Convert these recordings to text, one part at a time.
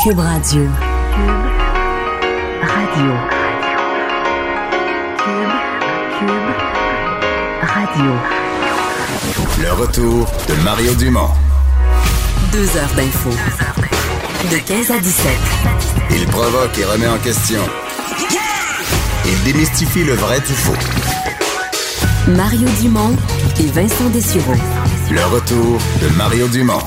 Cube Radio. Cube Radio. Cube Radio. Le retour de Mario Dumont. 2 heures d'info. De 15 à 17. Il provoque et remet en question. Il démystifie le vrai du faux. Mario Dumont et Vincent Dessureau. Le retour de Mario Dumont.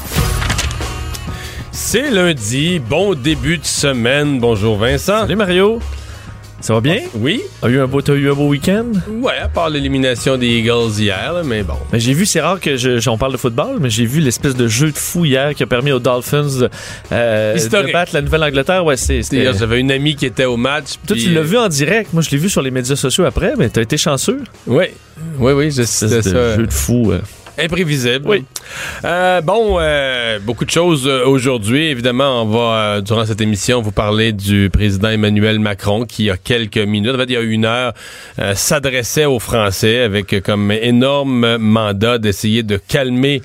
C'est lundi, bon début de semaine. Bonjour Vincent. Salut Mario. Ça va bien? Oui. T'as eu un beau week-end? Ouais, à part l'élimination des Eagles hier, là, mais bon. Ben, j'ai vu, c'est rare que on parle de football, mais j'ai vu l'espèce de jeu de fou hier qui a permis aux Dolphins de battre la Nouvelle-Angleterre. Ouais, c'était... J'avais une amie qui était au match. Toi, tu l'as vu en direct. Moi, je l'ai vu sur les médias sociaux après, mais t'as été chanceux. Oui, c'était ça. Jeu de fou. Imprévisible. Oui. Beaucoup de choses aujourd'hui. Évidemment, on va, durant cette émission, vous parler du président Emmanuel Macron qui, il y a quelques minutes, en fait, il y a 1 heure, s'adressait aux Français avec comme énorme mandat d'essayer de calmer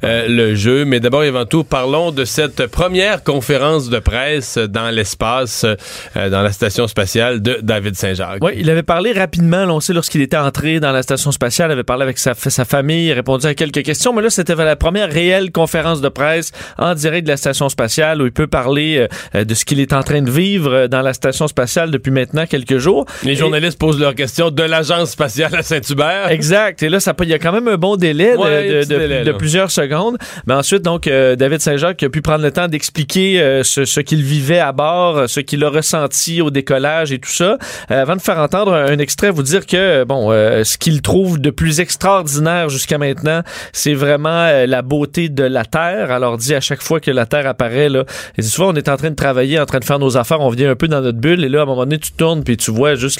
le jeu. Mais d'abord et avant tout, parlons de cette première conférence de presse dans l'espace, dans la station spatiale de David Saint-Jacques. Oui, il avait parlé rapidement, là, on sait, lorsqu'il était entré dans la station spatiale, il avait parlé avec sa famille, il a répondu à quelques questions, mais là, c'était la première réelle conférence de presse en direct de la station spatiale où il peut parler de ce qu'il est en train de vivre dans la station spatiale depuis maintenant quelques jours. Les journalistes posent leurs questions de l'agence spatiale à Saint-Hubert. Exact. Et là, il y a quand même un bon délai de plusieurs secondes. Mais ensuite, donc, David Saint-Jacques a pu prendre le temps d'expliquer ce qu'il vivait à bord, ce qu'il a ressenti au décollage et tout ça. Avant de faire entendre un extrait, vous dire que, ce qu'il trouve de plus extraordinaire jusqu'à maintenant, c'est vraiment la beauté de la Terre. Alors, dit à chaque fois que la Terre apparaît, là, et souvent, on est en train de travailler, en train de faire nos affaires, on vient un peu dans notre bulle, et là, à un moment donné, tu tournes, puis tu vois juste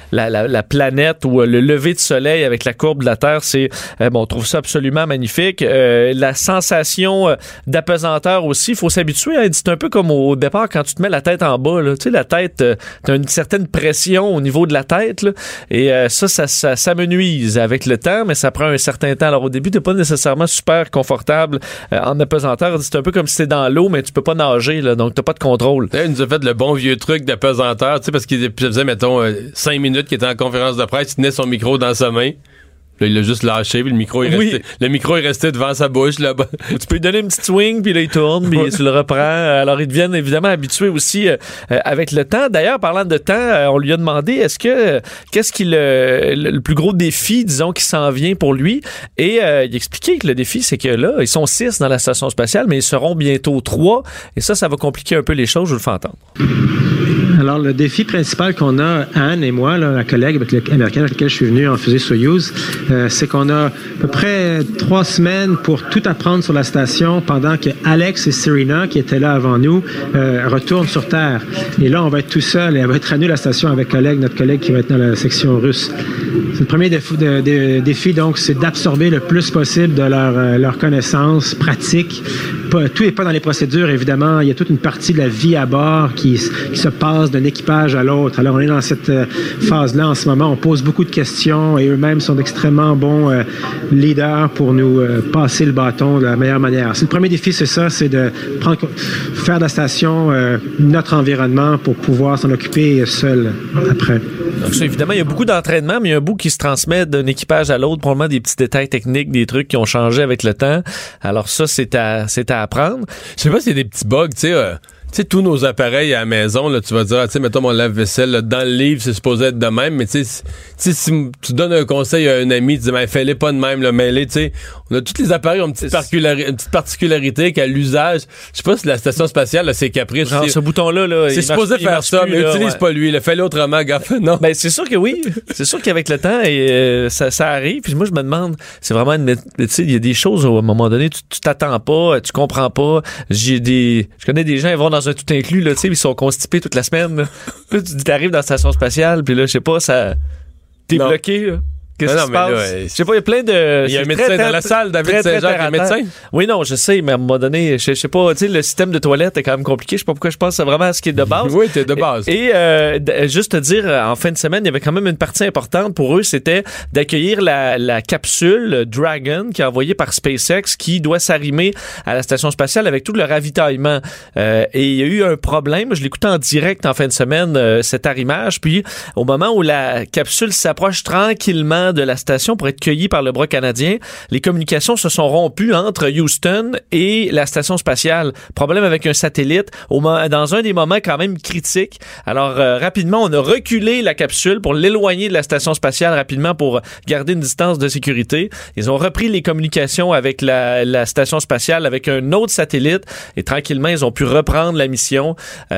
la planète ou le lever de soleil avec la courbe de la Terre. On trouve ça absolument magnifique. La sensation d'apesanteur aussi, il faut s'habituer. Hein, c'est un peu comme au départ, quand tu te mets la tête en bas, là, tu sais, la tête, t'as une certaine pression au niveau de la tête, là, et ça s'amenuise avec le temps, mais ça prend un certain temps. Alors, au début, t'es pas nécessairement super confortable en apesanteur. C'est un peu comme si t'es dans l'eau, mais tu peux pas nager, là, donc t'as pas de contrôle. Il nous a fait le bon vieux truc d'apesanteur, tu sais, parce qu'il faisait, mettons, 5 minutes qu'il était en conférence de presse, il tenait son micro dans sa main. Là, il l'a juste lâché, puis le micro est resté devant sa bouche, là-bas. Tu peux lui donner une petite swing, puis là, il tourne, puis tu le reprends. Alors, ils deviennent évidemment habitués aussi avec le temps. D'ailleurs, parlant de temps, on lui a demandé qu'est-ce qui le plus gros défi, disons, qui s'en vient pour lui. Et il expliquait que le défi, c'est que là, ils sont 6 dans la station spatiale, mais ils seront bientôt 3. Et ça va compliquer un peu les choses, je vous le fais entendre. Alors, le défi principal qu'on a, Anne et moi, là, la collègue américaine avec laquelle je suis venu en fusée Soyouz, c'est qu'on a à peu près 3 semaines pour tout apprendre sur la station pendant que Alex et Serena, qui étaient là avant nous, retournent sur Terre. Et là, on va être tout seul et elle va être à nous, la station, avec notre collègue qui va être dans la section russe. C'est le premier défi, donc, c'est d'absorber le plus possible de leur connaissance pratique. Tout n'est pas dans les procédures, évidemment. Il y a toute une partie de la vie à bord qui se passe d'un équipage à l'autre. Alors, on est dans cette phase-là en ce moment. On pose beaucoup de questions et eux-mêmes sont d'extrêmement bons leaders pour nous passer le bâton de la meilleure manière. Le premier défi, c'est ça, c'est de faire de la station notre environnement pour pouvoir s'en occuper seul après. Donc ça, évidemment, il y a beaucoup d'entraînement, mais il y a un bout qui se transmet d'un équipage à l'autre, probablement des petits détails techniques, des trucs qui ont changé avec le temps. Alors ça, c'est à apprendre. Je sais pas s'il y a des petits bugs, tu sais, tous nos appareils à la maison, là, tu vas dire, tu sais, mettons mon lave-vaisselle, là, dans le livre, c'est supposé être de même, mais tu sais, si tu donnes un conseil à un ami, tu dis, mais fais-les pas de même, là, mais tu sais, on a tous les appareils ont une petite particularité qu'à l'usage, je sais pas si la station spatiale, là, c'est caprice. Genre, ce bouton-là, là, c'est supposé faire ça, mais utilise pas lui, fais-le autrement, gaffe, non. Ben, c'est sûr que oui. C'est sûr qu'avec le temps, et, ça arrive, puis moi, je me demande, c'est vraiment tu sais, il y a des choses, à un moment donné, tu t'attends pas, tu comprends pas. Je connais des gens, ils vont dans un tout inclus, là, tu sais, ils sont constipés toute la semaine, là. Puis tu t'arrives dans la station spatiale, puis là, je sais pas, t'es bloqué, là. Qu'est-ce qui se passe? Je sais pas, il y a plein de... Il y a un médecin dans la salle, David Saint-Jacques, un médecin? Oui, non, je sais, mais à un moment donné, je sais pas, tu sais, le système de toilette est quand même compliqué. Je sais pas pourquoi je pense que c'est vraiment ce qui est de base. Oui, c'est de base. Et juste te dire, en fin de semaine, il y avait quand même une partie importante pour eux, c'était d'accueillir la capsule Dragon qui est envoyée par SpaceX qui doit s'arrimer à la station spatiale avec tout le ravitaillement. Et il y a eu un problème. Je l'écoutais en direct en fin de semaine, cet arrimage. Puis, au moment où la capsule s'approche tranquillement de la station pour être cueillie par le bras canadien, les communications se sont rompues entre Houston et la station spatiale. Problème avec un satellite dans un des moments quand même critiques. Alors, rapidement, on a reculé la capsule pour l'éloigner de la station spatiale rapidement pour garder une distance de sécurité. Ils ont repris les communications avec la station spatiale avec un autre satellite et tranquillement, ils ont pu reprendre la mission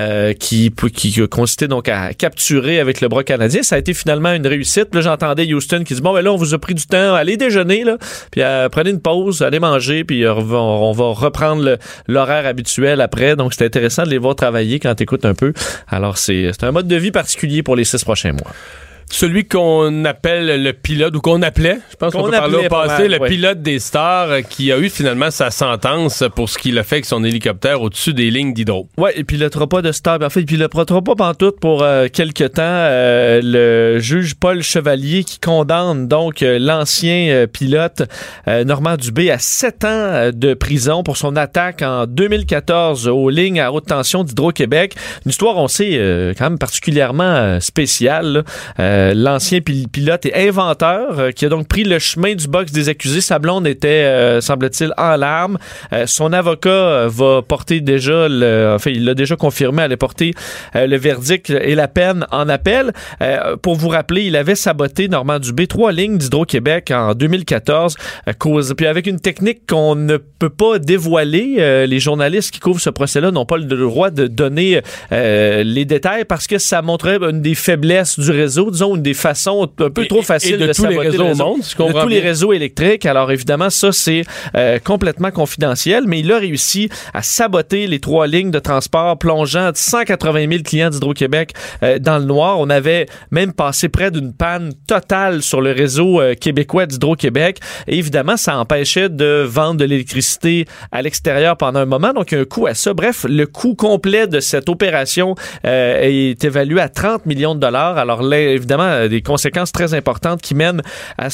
qui consistait donc à capturer avec le bras canadien. Ça a été finalement une réussite. Puis là, j'entendais Houston qui dit, bon, ben là, on vous a pris du temps, allez déjeuner, là, puis prenez une pause, allez manger, puis on va reprendre l'horaire habituel après. Donc, c'était intéressant de les voir travailler quand t'écoutes un peu. Alors, c'est un mode de vie particulier pour les 6 prochains mois. Celui qu'on appelle le pilote, ou qu'on appelait, je pense qu'on peut parler au passé, le pilote des stars qui a eu finalement sa sentence pour ce qu'il a fait avec son hélicoptère au-dessus des lignes d'hydro. Oui, il pilotera pas de stars. En fait, il pilotera pas pantoute pour quelque temps. Le juge Paul Chevalier qui condamne donc l'ancien pilote Normand Dubé à 7 ans de prison pour son attaque en 2014 aux lignes à haute tension d'Hydro-Québec. Une histoire, on sait, quand même particulièrement spéciale, l'ancien pilote et inventeur qui a donc pris le chemin du box des accusés. Sa blonde était, semble-t-il, en larmes. Son avocat va porter déjà, il l'a déjà confirmé, allait porter le verdict et la peine en appel. Pour vous rappeler, il avait saboté Normand Dubé 3 lignes d'Hydro-Québec en 2014, puis avec une technique qu'on ne peut pas dévoiler. Les journalistes qui couvrent ce procès-là n'ont pas le droit de donner les détails parce que ça montrait une des faiblesses du réseau, disons, une des façons un peu trop faciles de saboter les réseaux au monde, de tous les réseaux électriques. Alors évidemment, ça c'est complètement confidentiel, mais il a réussi à saboter les 3 lignes de transport, plongeant 180 000 clients d'Hydro-Québec dans le noir. On avait même passé près d'une panne totale sur le réseau québécois d'Hydro-Québec. Et évidemment, ça empêchait de vendre de l'électricité à l'extérieur pendant un moment. Donc, il y a un coût à ça. Bref, le coût complet de cette opération est évalué à 30 millions de dollars. Alors là, évidemment, des conséquences très importantes qui mènent à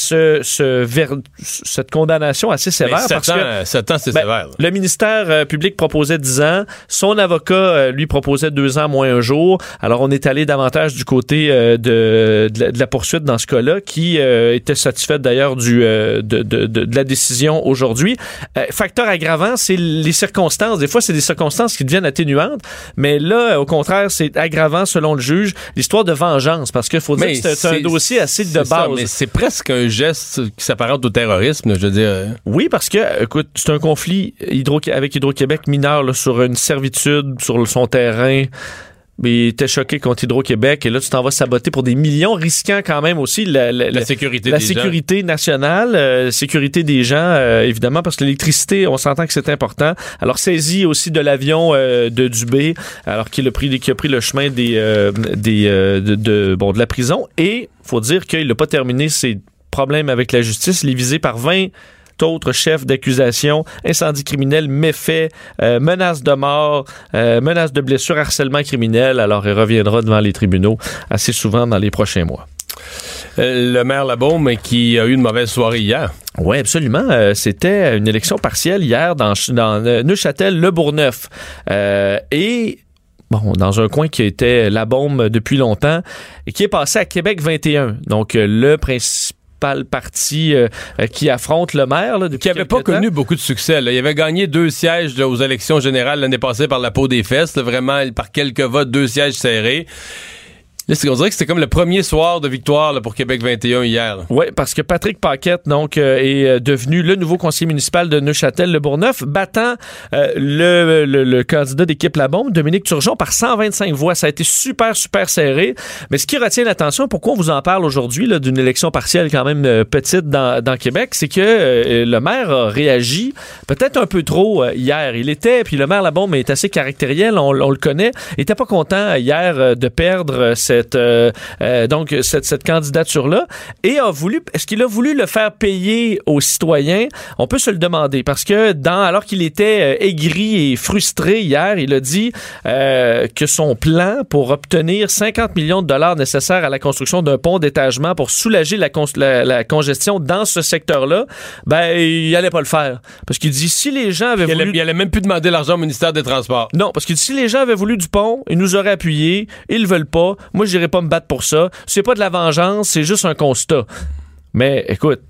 cette condamnation assez sévère. 7 ans, c'est sévère. Le ministère public proposait 10 ans. Son avocat, lui, proposait 2 ans moins un jour. Alors, on est allé davantage du côté de la poursuite dans ce cas-là, qui était satisfaite d'ailleurs de la décision aujourd'hui. Facteur aggravant, c'est les circonstances. Des fois, c'est des circonstances qui deviennent atténuantes, mais là, au contraire, c'est aggravant selon le juge. L'histoire de vengeance, parce qu'il faut dire que c'est un dossier assez de base. Ça, mais c'est presque un geste qui s'apparente au terrorisme, je veux dire. Oui, parce que, écoute, c'est un conflit avec Hydro-Québec mineur là, sur une servitude sur son terrain. Mais il était choqué contre Hydro-Québec et là, tu t'en vas saboter pour des millions, risquant quand même aussi la sécurité nationale, sécurité des gens, évidemment, parce que l'électricité, on s'entend que c'est important. Alors, saisi aussi de l'avion de Dubé, alors qui a pris le chemin de la prison. Et faut dire qu'il n'a pas terminé ses problèmes avec la justice. Il est visé par 20 autres chefs d'accusation, incendie criminel, méfaits, menaces de mort, menaces de blessure, harcèlement criminel. Alors, il reviendra devant les tribunaux assez souvent dans les prochains mois. Le maire Labaume qui a eu une mauvaise soirée hier. Oui, absolument. C'était une élection partielle hier dans Neuchâtel-le-Bourgneuf. Dans un coin qui était Labaume depuis longtemps et qui est passé à Québec 21. Donc, le principal parti qui affronte le maire. Là, qui n'avait pas connu beaucoup de succès. Là. Il avait gagné 2 sièges aux élections générales l'année passée par la peau des fesses. Là, vraiment, par quelques votes, 2 sièges serrés. Là, on dirait que c'était comme le premier soir de victoire là, pour Québec 21 hier. Oui, parce que Patrick Paquette donc est devenu le nouveau conseiller municipal de Neuchâtel-le-Bourgneuf, battant le candidat d'équipe Labaume, Dominique Turgeon, par 125 voix. Ça a été super, super serré. Mais ce qui retient l'attention, pourquoi on vous en parle aujourd'hui là, d'une élection partielle quand même petite dans Québec, c'est que le maire a réagi peut-être un peu trop hier. Puis le maire Labaume est assez caractériel, on le connaît. Il était pas content hier de perdre cette candidature-là et est-ce qu'il a voulu le faire payer aux citoyens? On peut se le demander parce que alors qu'il était aigri et frustré hier, il a dit que son plan pour obtenir 50 millions de dollars nécessaires à la construction d'un pont d'étagement pour soulager la congestion dans ce secteur-là, il allait pas le faire. Parce qu'il dit, si les gens avaient voulu... Il allait même plus demander l'argent au ministère des Transports. Non, parce qu'il dit, si les gens avaient voulu du pont, ils nous auraient appuyés, ils le veulent pas, moi j'irai pas me battre pour ça. C'est pas de la vengeance, c'est juste un constat. Mais écoute,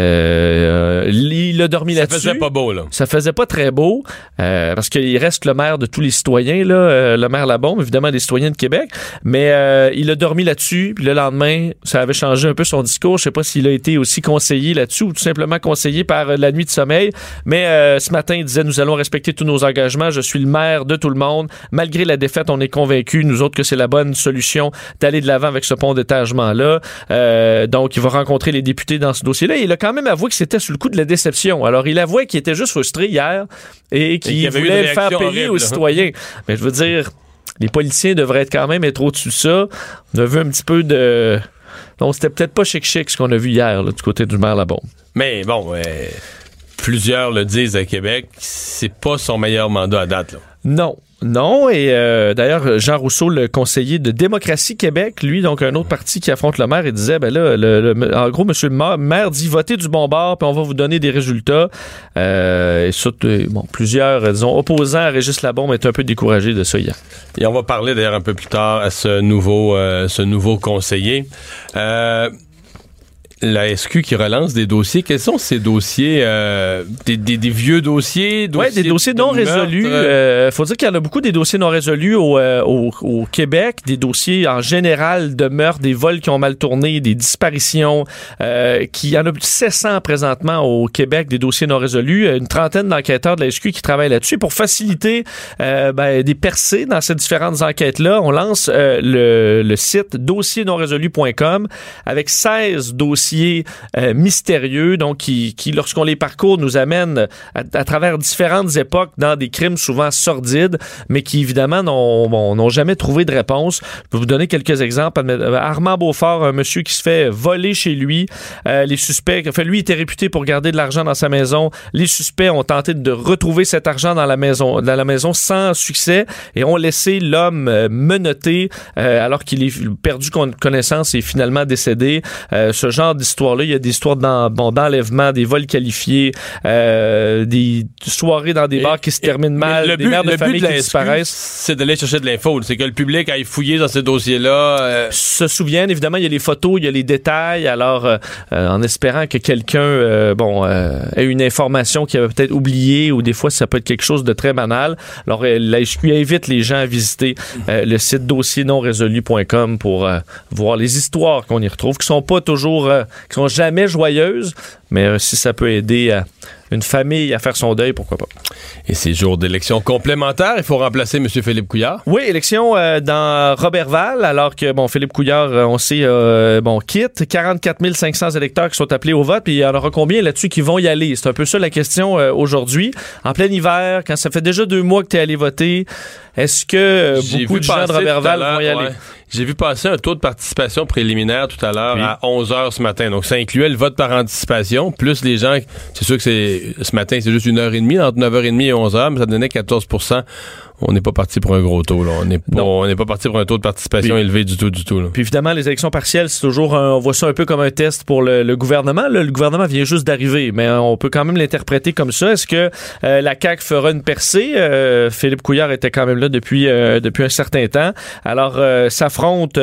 il a dormi là-dessus. Ça faisait pas beau, là. Ça faisait pas très beau, parce qu'il reste le maire de tous les citoyens, là, le maire Labombe, évidemment des citoyens de Québec. Mais il a dormi là-dessus, puis le lendemain, ça avait changé un peu son discours. Je sais pas s'il a été aussi conseillé là-dessus ou tout simplement conseillé par la nuit de sommeil. Mais ce matin, il disait, nous allons respecter tous nos engagements. Je suis le maire de tout le monde. Malgré la défaite, on est convaincus, nous autres, que c'est la bonne solution d'aller de l'avant avec ce pont d'étagement-là. Donc, il va rencontrer les députés dans ce dossier-là. Il a quand même avoué que c'était sous le coup de la déception. Alors, il avouait qu'il était juste frustré hier et qu'il voulait le faire payer horrible, aux citoyens. Mais je veux dire, les politiciens devraient quand même être au-dessus de ça. On a vu un petit peu de... Donc, c'était peut-être pas chic-chic ce qu'on a vu hier là, du côté du maire Labombe. Mais bon, plusieurs le disent à Québec, c'est pas son meilleur mandat à date, là. Non, et d'ailleurs, Jean Rousseau, le conseiller de Démocratie Québec, lui, donc un autre parti qui affronte le maire, il disait, en gros, monsieur le maire dit, votez du bon bord, puis on va vous donner des résultats. Et surtout, plusieurs, disons, opposants à Régis Labombe étaient un peu découragés de ça hier. Et on va parler d'ailleurs un peu plus tard à ce nouveau conseiller. La SQ qui relance des dossiers. Quels sont ces dossiers? Des vieux dossiers? Oui, des dossiers non résolus. Faut dire qu'il y en a beaucoup des dossiers non résolus au Québec, des dossiers en général de meurtres, des vols qui ont mal tourné, des disparitions, il y en a plus de 700 présentement au Québec, des dossiers non résolus. Une trentaine d'enquêteurs de la SQ qui travaillent là-dessus. Pour faciliter des percées dans ces différentes enquêtes-là, on lance le site dossiernonrésolu.com avec 16 dossiers mystérieux, donc qui lorsqu'on les parcourt, nous amènent à travers différentes époques dans des crimes souvent sordides, mais qui évidemment n'ont jamais trouvé de réponse. Je peux vous donner quelques exemples. Armand Beaufort, un monsieur qui se fait voler chez lui. Les suspects, lui était réputé pour garder de l'argent dans sa maison. Les suspects ont tenté de retrouver cet argent dans la maison sans succès et ont laissé l'homme menotté alors qu'il est perdu connaissance et finalement décédé. Ce genre d'histoire-là, il y a des histoires d'enlèvement, des vols qualifiés, des soirées dans des bars qui se terminent mal, des mères de famille qui disparaissent. C'est d'aller chercher de l'info. C'est que le public aille fouiller dans ces dossiers-là. Se souviennent, évidemment, il y a les photos, il y a les détails. Alors, en espérant que quelqu'un ait une information qu'il avait peut-être oubliée ou des fois, ça peut être quelque chose de très banal. Alors, la SQ invite les gens à visiter le site dossiernonrésolu.com pour voir les histoires qu'on y retrouve, qui sont pas toujours... qui sont jamais joyeuses, mais si ça peut aider une famille à faire son deuil, pourquoi pas. Et c'est jour d'élection complémentaire, il faut remplacer M. Philippe Couillard. Oui, élection dans Robertval, alors que Philippe Couillard, on sait, quitte. 44 500 électeurs qui sont appelés au vote, puis il y en aura combien là-dessus qui vont y aller? C'est un peu ça la question aujourd'hui. En plein hiver, quand ça fait déjà 2 mois que tu es allé voter, est-ce que beaucoup de gens de Robertval vont y aller? J'ai vu passer un taux de participation préliminaire tout à l'heure à 11h ce matin. Donc, ça incluait le vote par anticipation, plus les gens... C'est sûr que ce matin, c'est juste 1h30, entre 9h30 et 11h, mais ça donnait 14%. On n'est pas parti pour un gros taux, là. On n'est pas parti pour un taux de participation élevé du tout, là. Puis évidemment, les élections partielles, c'est toujours on voit ça un peu comme un test pour le gouvernement. Là, le gouvernement vient juste d'arriver, mais on peut quand même l'interpréter comme ça. Est-ce que la CAQ fera une percée? Philippe Couillard était quand même là depuis un certain temps. Alors, s'affrontent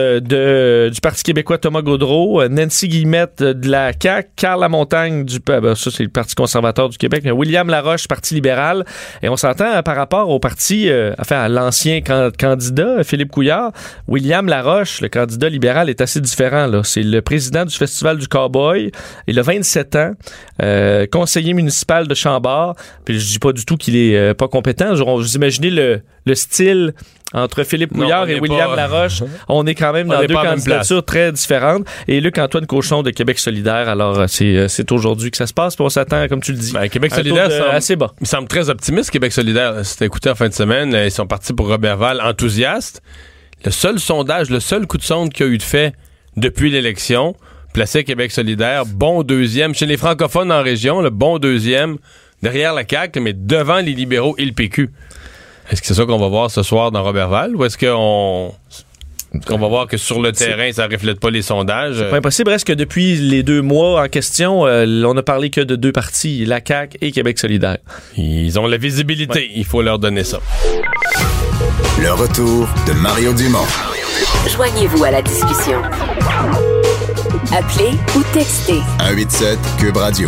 du Parti québécois Thomas Gaudreault, Nancy Guillemette de la CAQ, Carl Lamontagne ça c'est le Parti conservateur du Québec, William Laroche, Parti libéral. Et on s'entend par rapport au parti... à l'ancien candidat, Philippe Couillard, William Laroche, le candidat libéral, est assez différent, là. C'est le président du Festival du Cowboy. Il a 27 ans, conseiller municipal de Chambord. Puis je dis pas du tout qu'il est pas compétent. Vous imaginez le style entre Philippe Couillard et William Laroche. On est quand même dans 2 candidatures très différentes. Et Luc-Antoine Cochon de Québec solidaire. Alors, c'est aujourd'hui que ça se passe. Puis on s'attend, comme tu le dis, Québec solidaire assez bas. Il semble très optimiste, Québec solidaire. C'était écouté en fin de semaine. Ils sont partis pour Robertval enthousiastes. le seul sondage, le seul coup de sonde qu'il y a eu de fait depuis l'élection, placé Québec solidaire, bon deuxième. Chez les francophones en région, le bon deuxième, derrière la CAQ, mais devant les libéraux et le PQ. Est-ce que c'est ça qu'on va voir ce soir dans Robertval, ou est-ce qu'on va voir que sur le terrain, ça reflète pas les sondages? C'est pas impossible. Reste que depuis les 2 mois en question, on a parlé que de 2 partis, la CAQ et Québec solidaire. Ils ont la visibilité. Ouais. Il faut leur donner ça. Le retour de Mario Dumont. Joignez-vous à la discussion. Appelez ou textez. 187 Cube Radio.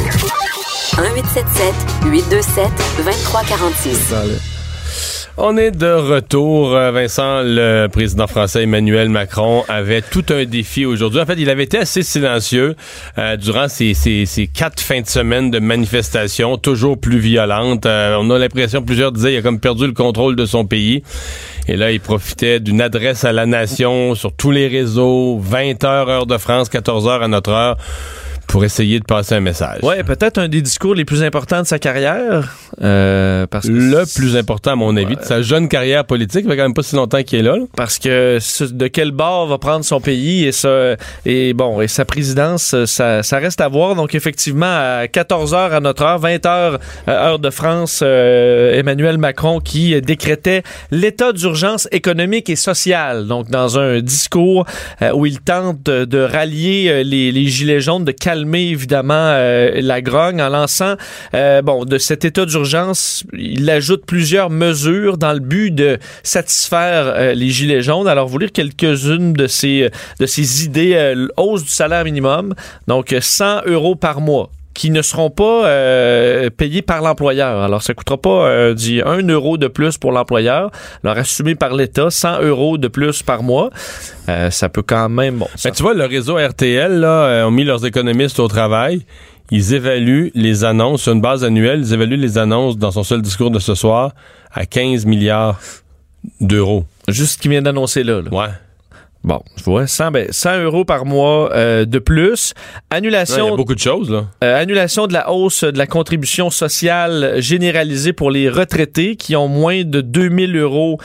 1877-827-2346. On est de retour. Vincent, le président français Emmanuel Macron avait tout un défi aujourd'hui. En fait, il avait été assez silencieux durant ces 4 fins de semaine de manifestations, toujours plus violentes. On a l'impression, plusieurs disaient, il a comme perdu le contrôle de son pays. Et là, il profitait d'une adresse à la nation sur tous les réseaux, 20h heure de France, 14h à notre heure, pour essayer de passer un message. Ouais, peut-être un des discours les plus importants de sa carrière. Parce que le plus important, à mon avis, de sa jeune carrière politique. Ça fait quand même pas si longtemps qu'il est là. Parce que de quel bord va prendre son pays et sa présidence, ça reste à voir. Donc, effectivement, à 14h à notre heure, 20h heure de France, Emmanuel Macron qui décrétait l'état d'urgence économique et sociale. Donc, dans un discours où il tente de rallier les gilets jaunes, de calmer évidemment la grogne en lançant de cet état d'urgence. Il ajoute plusieurs mesures dans le but de satisfaire les gilets jaunes. Alors, vous lire quelques-unes de ces idées. Hausse du salaire minimum, donc 100 € par mois, qui ne seront pas payés par l'employeur. Alors, ça ne coûtera pas 1 € de plus pour l'employeur. Alors, assumé par l'État, 100 € de plus par mois. Ça peut quand même... Bon, ça... tu vois, le réseau RTL là, ont mis leurs économistes au travail. Ils évaluent les annonces, sur une base annuelle, ils évaluent les annonces dans son seul discours de ce soir à 15 milliards d'euros. Juste ce qu'il vient d'annoncer là. Ouais. Bon, je vois, 100 € par mois de plus. Annulation... Il y a beaucoup de choses, là. Annulation de la hausse de la contribution sociale généralisée pour les retraités qui ont moins de 2000 €,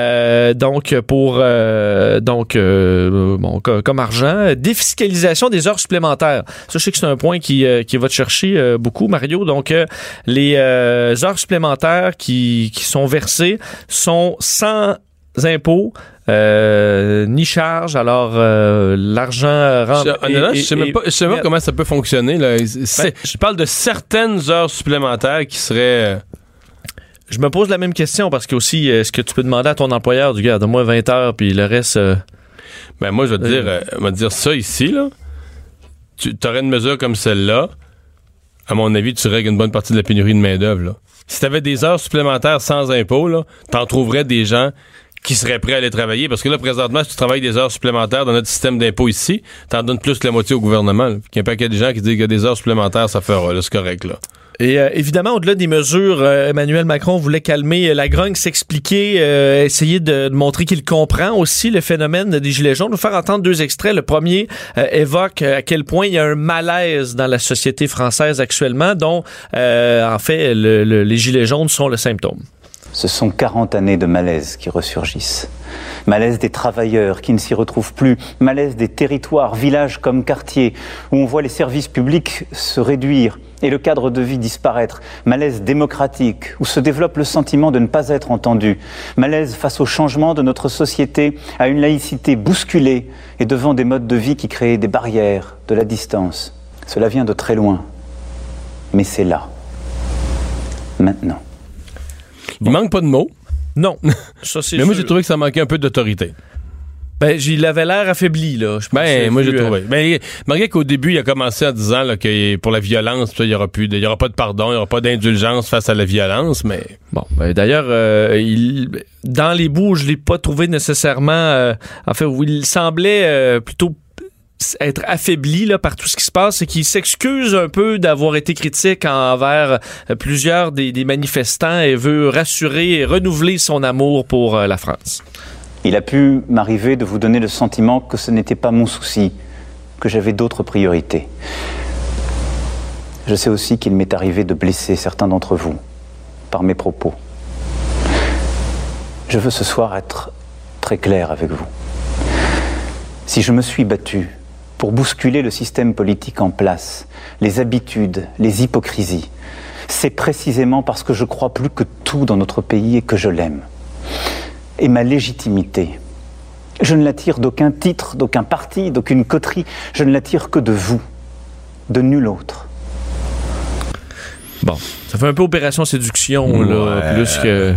comme argent. Défiscalisation des heures supplémentaires. Ça, je sais que c'est un point qui va te chercher beaucoup, Mario. Donc, les heures supplémentaires qui sont versées sont sans impôts, ni charge. Alors, l'argent rentre. Je sais même pas comment ça peut fonctionner, là. Je parle de certaines heures supplémentaires qui seraient... Je me pose la même question parce que aussi, est-ce que tu peux demander à ton employeur, du gars, donne-moi 20 heures, puis le reste... moi, je vais te dire ça ici, là. Tu aurais une mesure comme celle-là, à mon avis, tu règles une bonne partie de la pénurie de main-d'œuvre, là. Si tu avais des heures supplémentaires sans impôts, là, t'en trouverais des gens qui seraient prêts à aller travailler. Parce que là, présentement, si tu travailles des heures supplémentaires dans notre système d'impôt ici, t'en donnes plus que la moitié au gouvernement. Il y a un paquet de gens qui disent que des heures supplémentaires, ça fera. Là, c'est correct, là. Et évidemment, au-delà des mesures, Emmanuel Macron voulait calmer la grogne, s'expliquer, essayer de montrer qu'il comprend aussi le phénomène des gilets jaunes. Je vais faire entendre 2 extraits. Le premier évoque à quel point il y a un malaise dans la société française actuellement, dont, en fait, les gilets jaunes sont le symptôme. Ce sont 40 années de malaise qui ressurgissent. Malaise des travailleurs qui ne s'y retrouvent plus. Malaise des territoires, villages comme quartiers, où on voit les services publics se réduire et le cadre de vie disparaître. Malaise démocratique, où se développe le sentiment de ne pas être entendu. Malaise face au changement de notre société, à une laïcité bousculée et devant des modes de vie qui créent des barrières, de la distance. Cela vient de très loin, mais c'est là, maintenant. Il manque pas de mots. Non. Ça, c'est mais moi, j'ai trouvé que ça manquait un peu d'autorité. Il avait l'air affaibli, là. Moi, j'ai trouvé. Malgré qu'au début, il a commencé en disant là, que pour la violence, il y aura pas de pardon, il n'y aura pas d'indulgence face à la violence, mais... Bon, d'ailleurs, dans les bouts, je l'ai pas trouvé nécessairement... où il semblait plutôt être affaibli là, par tout ce qui se passe et qu'il s'excuse un peu d'avoir été critique envers plusieurs des manifestants et veut rassurer et renouveler son amour pour la France. Il a pu m'arriver de vous donner le sentiment que ce n'était pas mon souci, que j'avais d'autres priorités. Je sais aussi qu'il m'est arrivé de blesser certains d'entre vous par mes propos. Je veux ce soir être très très clair avec vous. Si je me suis battu pour bousculer le système politique en place, les habitudes, les hypocrisies, c'est précisément parce que je crois plus que tout dans notre pays et que je l'aime. Et ma légitimité, je ne la tire d'aucun titre, d'aucun parti, d'aucune coterie, je ne la tire que de vous, de nul autre. Bon, ça fait un peu opération séduction, là, plus que...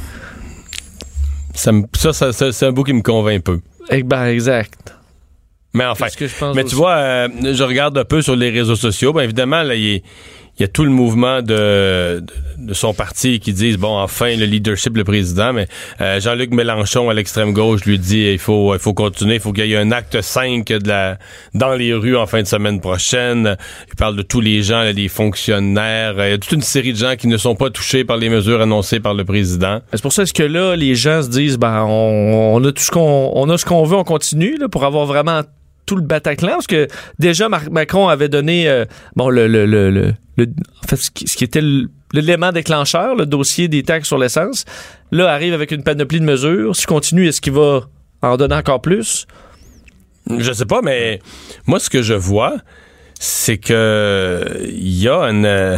Ça, c'est un bout qui me convainc un peu. Ben, exact. Mais enfin, tu vois, je regarde un peu sur les réseaux sociaux. Ben évidemment, là, il y a tout le mouvement de son parti qui disent, bon, enfin, le leadership, le président, mais Jean-Luc Mélenchon, à l'extrême gauche, lui dit, il faut continuer, il faut qu'il y ait un acte 5 dans les rues en fin de semaine prochaine. Il parle de tous les gens, là, les fonctionnaires. Il y a toute une série de gens qui ne sont pas touchés par les mesures annoncées par le président. C'est pour ça que là, les gens se disent, ben, on a tout on a ce qu'on veut, on continue, là, pour avoir vraiment tout le Bataclan, parce que déjà Macron avait donné en fait ce qui était l'élément déclencheur, le dossier des taxes sur l'essence. Là, arrive avec une panoplie de mesures. Si continue, est-ce qu'il va en donner encore plus? Je sais pas, mais moi, ce que je vois, c'est que il y a une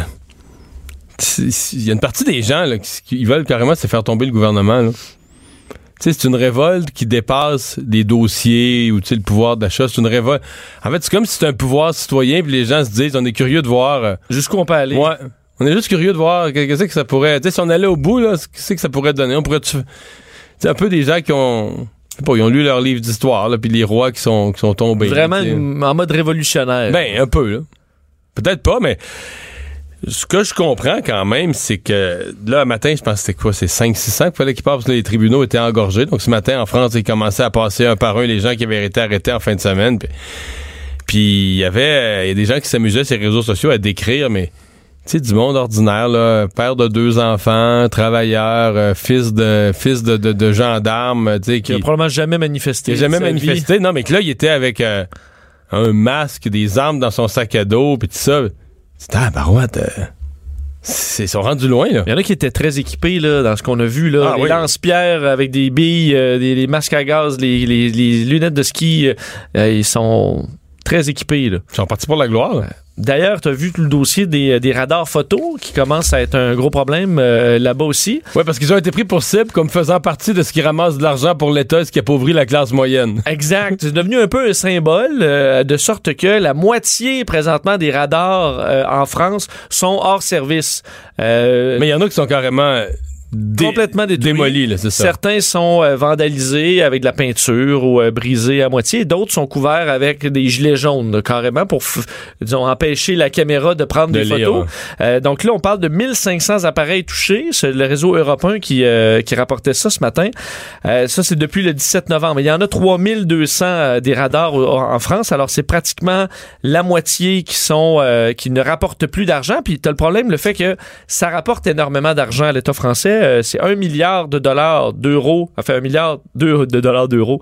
partie des gens là, qui veulent carrément se faire tomber le gouvernement, là. Tu sais, c'est une révolte qui dépasse des dossiers ou, tu sais, le pouvoir d'achat. C'est une révolte. En fait, c'est comme si c'était un pouvoir citoyen, puis les gens se disent, on est curieux de voir... jusqu'où on peut aller. Ouais. On est juste curieux de voir qu'est-ce que ça pourrait... Tu sais, si on allait au bout, là, qu'est-ce que ça pourrait donner? On pourrait... C'est un peu des gens qui ont... Je sais pas, ils ont lu leur livre d'histoire, là, puis les rois qui sont tombés. Vraiment en mode révolutionnaire. Ben, un peu, là. Peut-être pas, mais... Ce que je comprends quand même, c'est que là, un matin, je pense que c'était quoi? C'est 500-600 qu'il fallait qu'ils passent parce que les tribunaux étaient engorgés. Donc, ce matin, en France, ils commençaient à passer un par un les gens qui avaient été arrêtés en fin de semaine. Puis il y a des gens qui s'amusaient sur les réseaux sociaux à décrire, mais tu sais, du monde ordinaire, là, père de 2 enfants, travailleur, fils de gendarme, tu sais, qui a probablement jamais manifesté. Jamais manifesté. Non, mais que là, il était avec un masque, des armes dans son sac à dos, puis tout ça. Barouette, ils sont rendus loin, là. Il y en a qui étaient très équipés, là, dans ce qu'on a vu, là. Les lance-pierres avec des billes, les masques à gaz, les lunettes de ski, ils sont très équipés, là. Ils sont partis pour la gloire, là. D'ailleurs, tu as vu tout le dossier des radars photo qui commence à être un gros problème là-bas aussi. Oui, parce qu'ils ont été pris pour cible comme faisant partie de ce qui ramasse de l'argent pour l'État et ce qui appauvrit la classe moyenne. Exact. C'est devenu un peu un symbole de sorte que la moitié présentement des radars en France sont hors service. Mais il y en a qui sont carrément... complètement démolis, là, c'est ça. Certains sont vandalisés avec de la peinture ou brisés à moitié. D'autres sont couverts avec des gilets jaunes, là, carrément, pour disons, empêcher la caméra de prendre des photos. Donc là, on parle de 1500 appareils touchés. C'est le réseau Europe 1 qui rapportait ça ce matin. Ça, c'est depuis le 17 novembre. Il y en a 3200 des radars en France. Alors, c'est pratiquement la moitié qui ne rapportent plus d'argent. Puis, tu as le problème, le fait que ça rapporte énormément d'argent à l'État français. C'est 1 milliard d'euros, enfin 1 milliard d'euros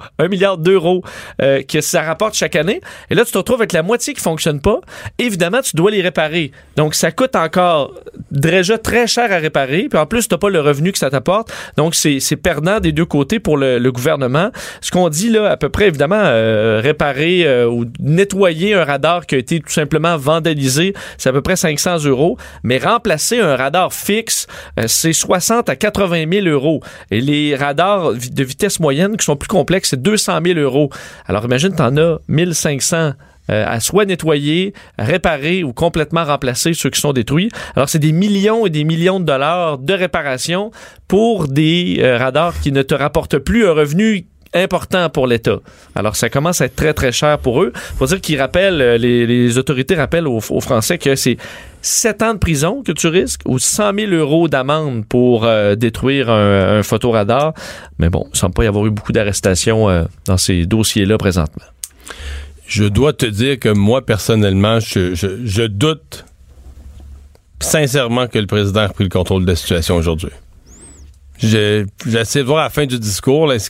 que ça rapporte chaque année. Et là, tu te retrouves avec la moitié qui fonctionne pas. Évidemment, tu dois les réparer. Donc, ça coûte encore déjà très cher à réparer. Puis en plus, tu n'as pas le revenu que ça t'apporte. Donc, c'est perdant des deux côtés pour le gouvernement. Ce qu'on dit là, à peu près, évidemment, réparer ou nettoyer un radar qui a été tout simplement vandalisé, c'est à peu près 500 €. Mais remplacer un radar fixe, c'est 60 à 80 000 €. Et les radars de vitesse moyenne qui sont plus complexes, c'est 200 000 €. Alors imagine, t'en as 1500 à soit nettoyer, réparer ou complètement remplacer ceux qui sont détruits. Alors c'est des millions et des millions de dollars de réparation pour des radars qui ne te rapportent plus un revenu important pour l'État. Alors, ça commence à être très, très cher pour eux. Faut dire qu'ils rappellent, les autorités rappellent aux Français que c'est 7 ans de prison que tu risques ou 100 000 € d'amende pour détruire un photoradar. Mais bon, il ne semble pas y avoir eu beaucoup d'arrestations dans ces dossiers-là présentement. Je dois te dire que moi, personnellement, je doute sincèrement que le président a repris le contrôle de la situation aujourd'hui. J'ai essayé de voir à la fin du discours, là, est-ce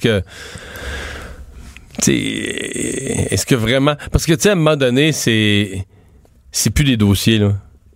que vraiment... Parce que, tu sais, à un moment donné, c'est plus des dossiers, là. Tu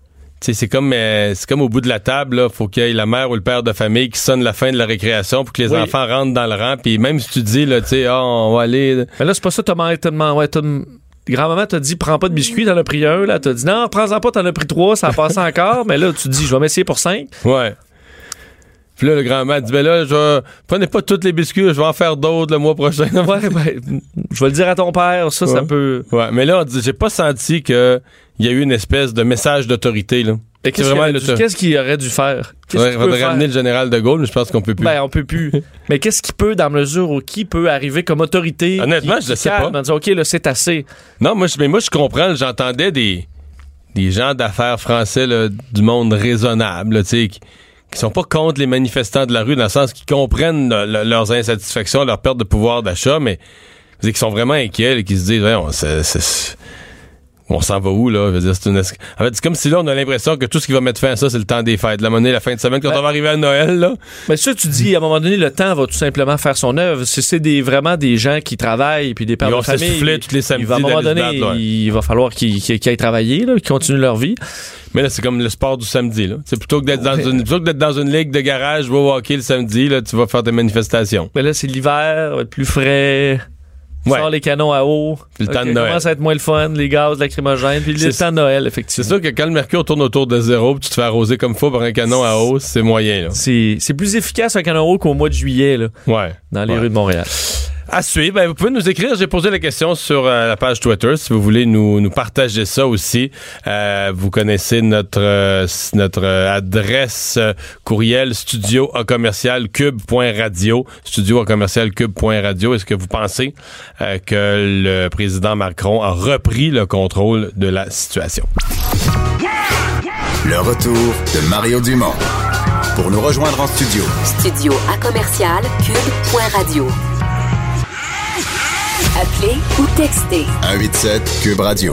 c'est comme au bout de la table, là, faut qu'il y ait la mère ou le père de famille qui sonne la fin de la récréation pour que les enfants rentrent dans le rang. Puis même si tu dis, là, tu sais, on va aller... Mais là, c'est pas ça, grand-maman t'a dit, prends pas de biscuits, t'en as pris un, là. T'as dit, non, prends-en pas, t'en as pris 3, ça a passé encore. Mais là, tu dis, je vais m'essayer pour 5. Ouais. Puis là, le grand-mère dit, ben là, prenez pas tous les biscuits, je vais en faire d'autres le mois prochain. Ouais, je vais le dire à ton père, ça peut... Ouais, mais là, on dit, j'ai pas senti qu'il y a eu une espèce de message d'autorité, là. Qu'est-ce qu'il aurait dû faire? Il faudrait ramener le général de Gaulle, mais je pense qu'on peut plus. Ben, on peut plus. Mais qu'est-ce qu'il peut, dans la mesure où qui peut arriver comme autorité? Honnêtement, je ne sais pas. En disant, OK, là, c'est assez. Non, moi, je comprends. J'entendais des gens d'affaires français, là, du monde raisonnable, tu sais, qui sont pas contre les manifestants de la rue, dans le sens qu'ils comprennent leurs insatisfactions, leur perte de pouvoir d'achat, mais qui sont vraiment inquiets, là, qui se disent, on s'en va où, là? Je veux dire, en fait, c'est comme si là, on a l'impression que tout ce qui va mettre fin à ça, c'est le temps des fêtes. La monnaie, la fin de semaine, quand on va arriver à Noël, là. Mais ça, tu dis, à un moment donné, le temps va tout simplement faire son œuvre. C'est vraiment des gens qui travaillent, puis des pères de famille. Ils vont s'essouffler tous les samedis. À un moment donné, il va falloir qu'ils aillent travailler, là, qu'ils continuent leur vie. Mais là, c'est comme le sport du samedi, là. C'est plutôt que d'être dans une ligue de garage, va au hockey le samedi, là, tu vas faire des manifestations. Mais là, c'est l'hiver, va être plus frais. Sort les canons à eau. Puis le temps de Noël. Commence à être moins le fun, les gaz lacrymogènes. Puis le temps de Noël, effectivement. C'est sûr que quand le mercure tourne autour de 0 puis tu te fais arroser comme faut par un canon à eau, c'est moyen, là. C'est plus efficace un canon à eau qu'au mois de juillet, là. Ouais. Dans les rues de Montréal. À suivre, ben, vous pouvez nous écrire. J'ai posé la question sur la page Twitter. Si vous voulez nous partager ça aussi, vous connaissez notre adresse courriel studio@cube.radio. Studio@cube.radio. Est-ce que vous pensez que le président Macron a repris le contrôle de la situation? Le retour de Mario Dumont. Pour nous rejoindre en studio. Studio@cube.radio. Appelez ou textez. 187 Cube Radio.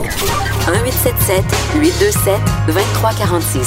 1877-827-2346.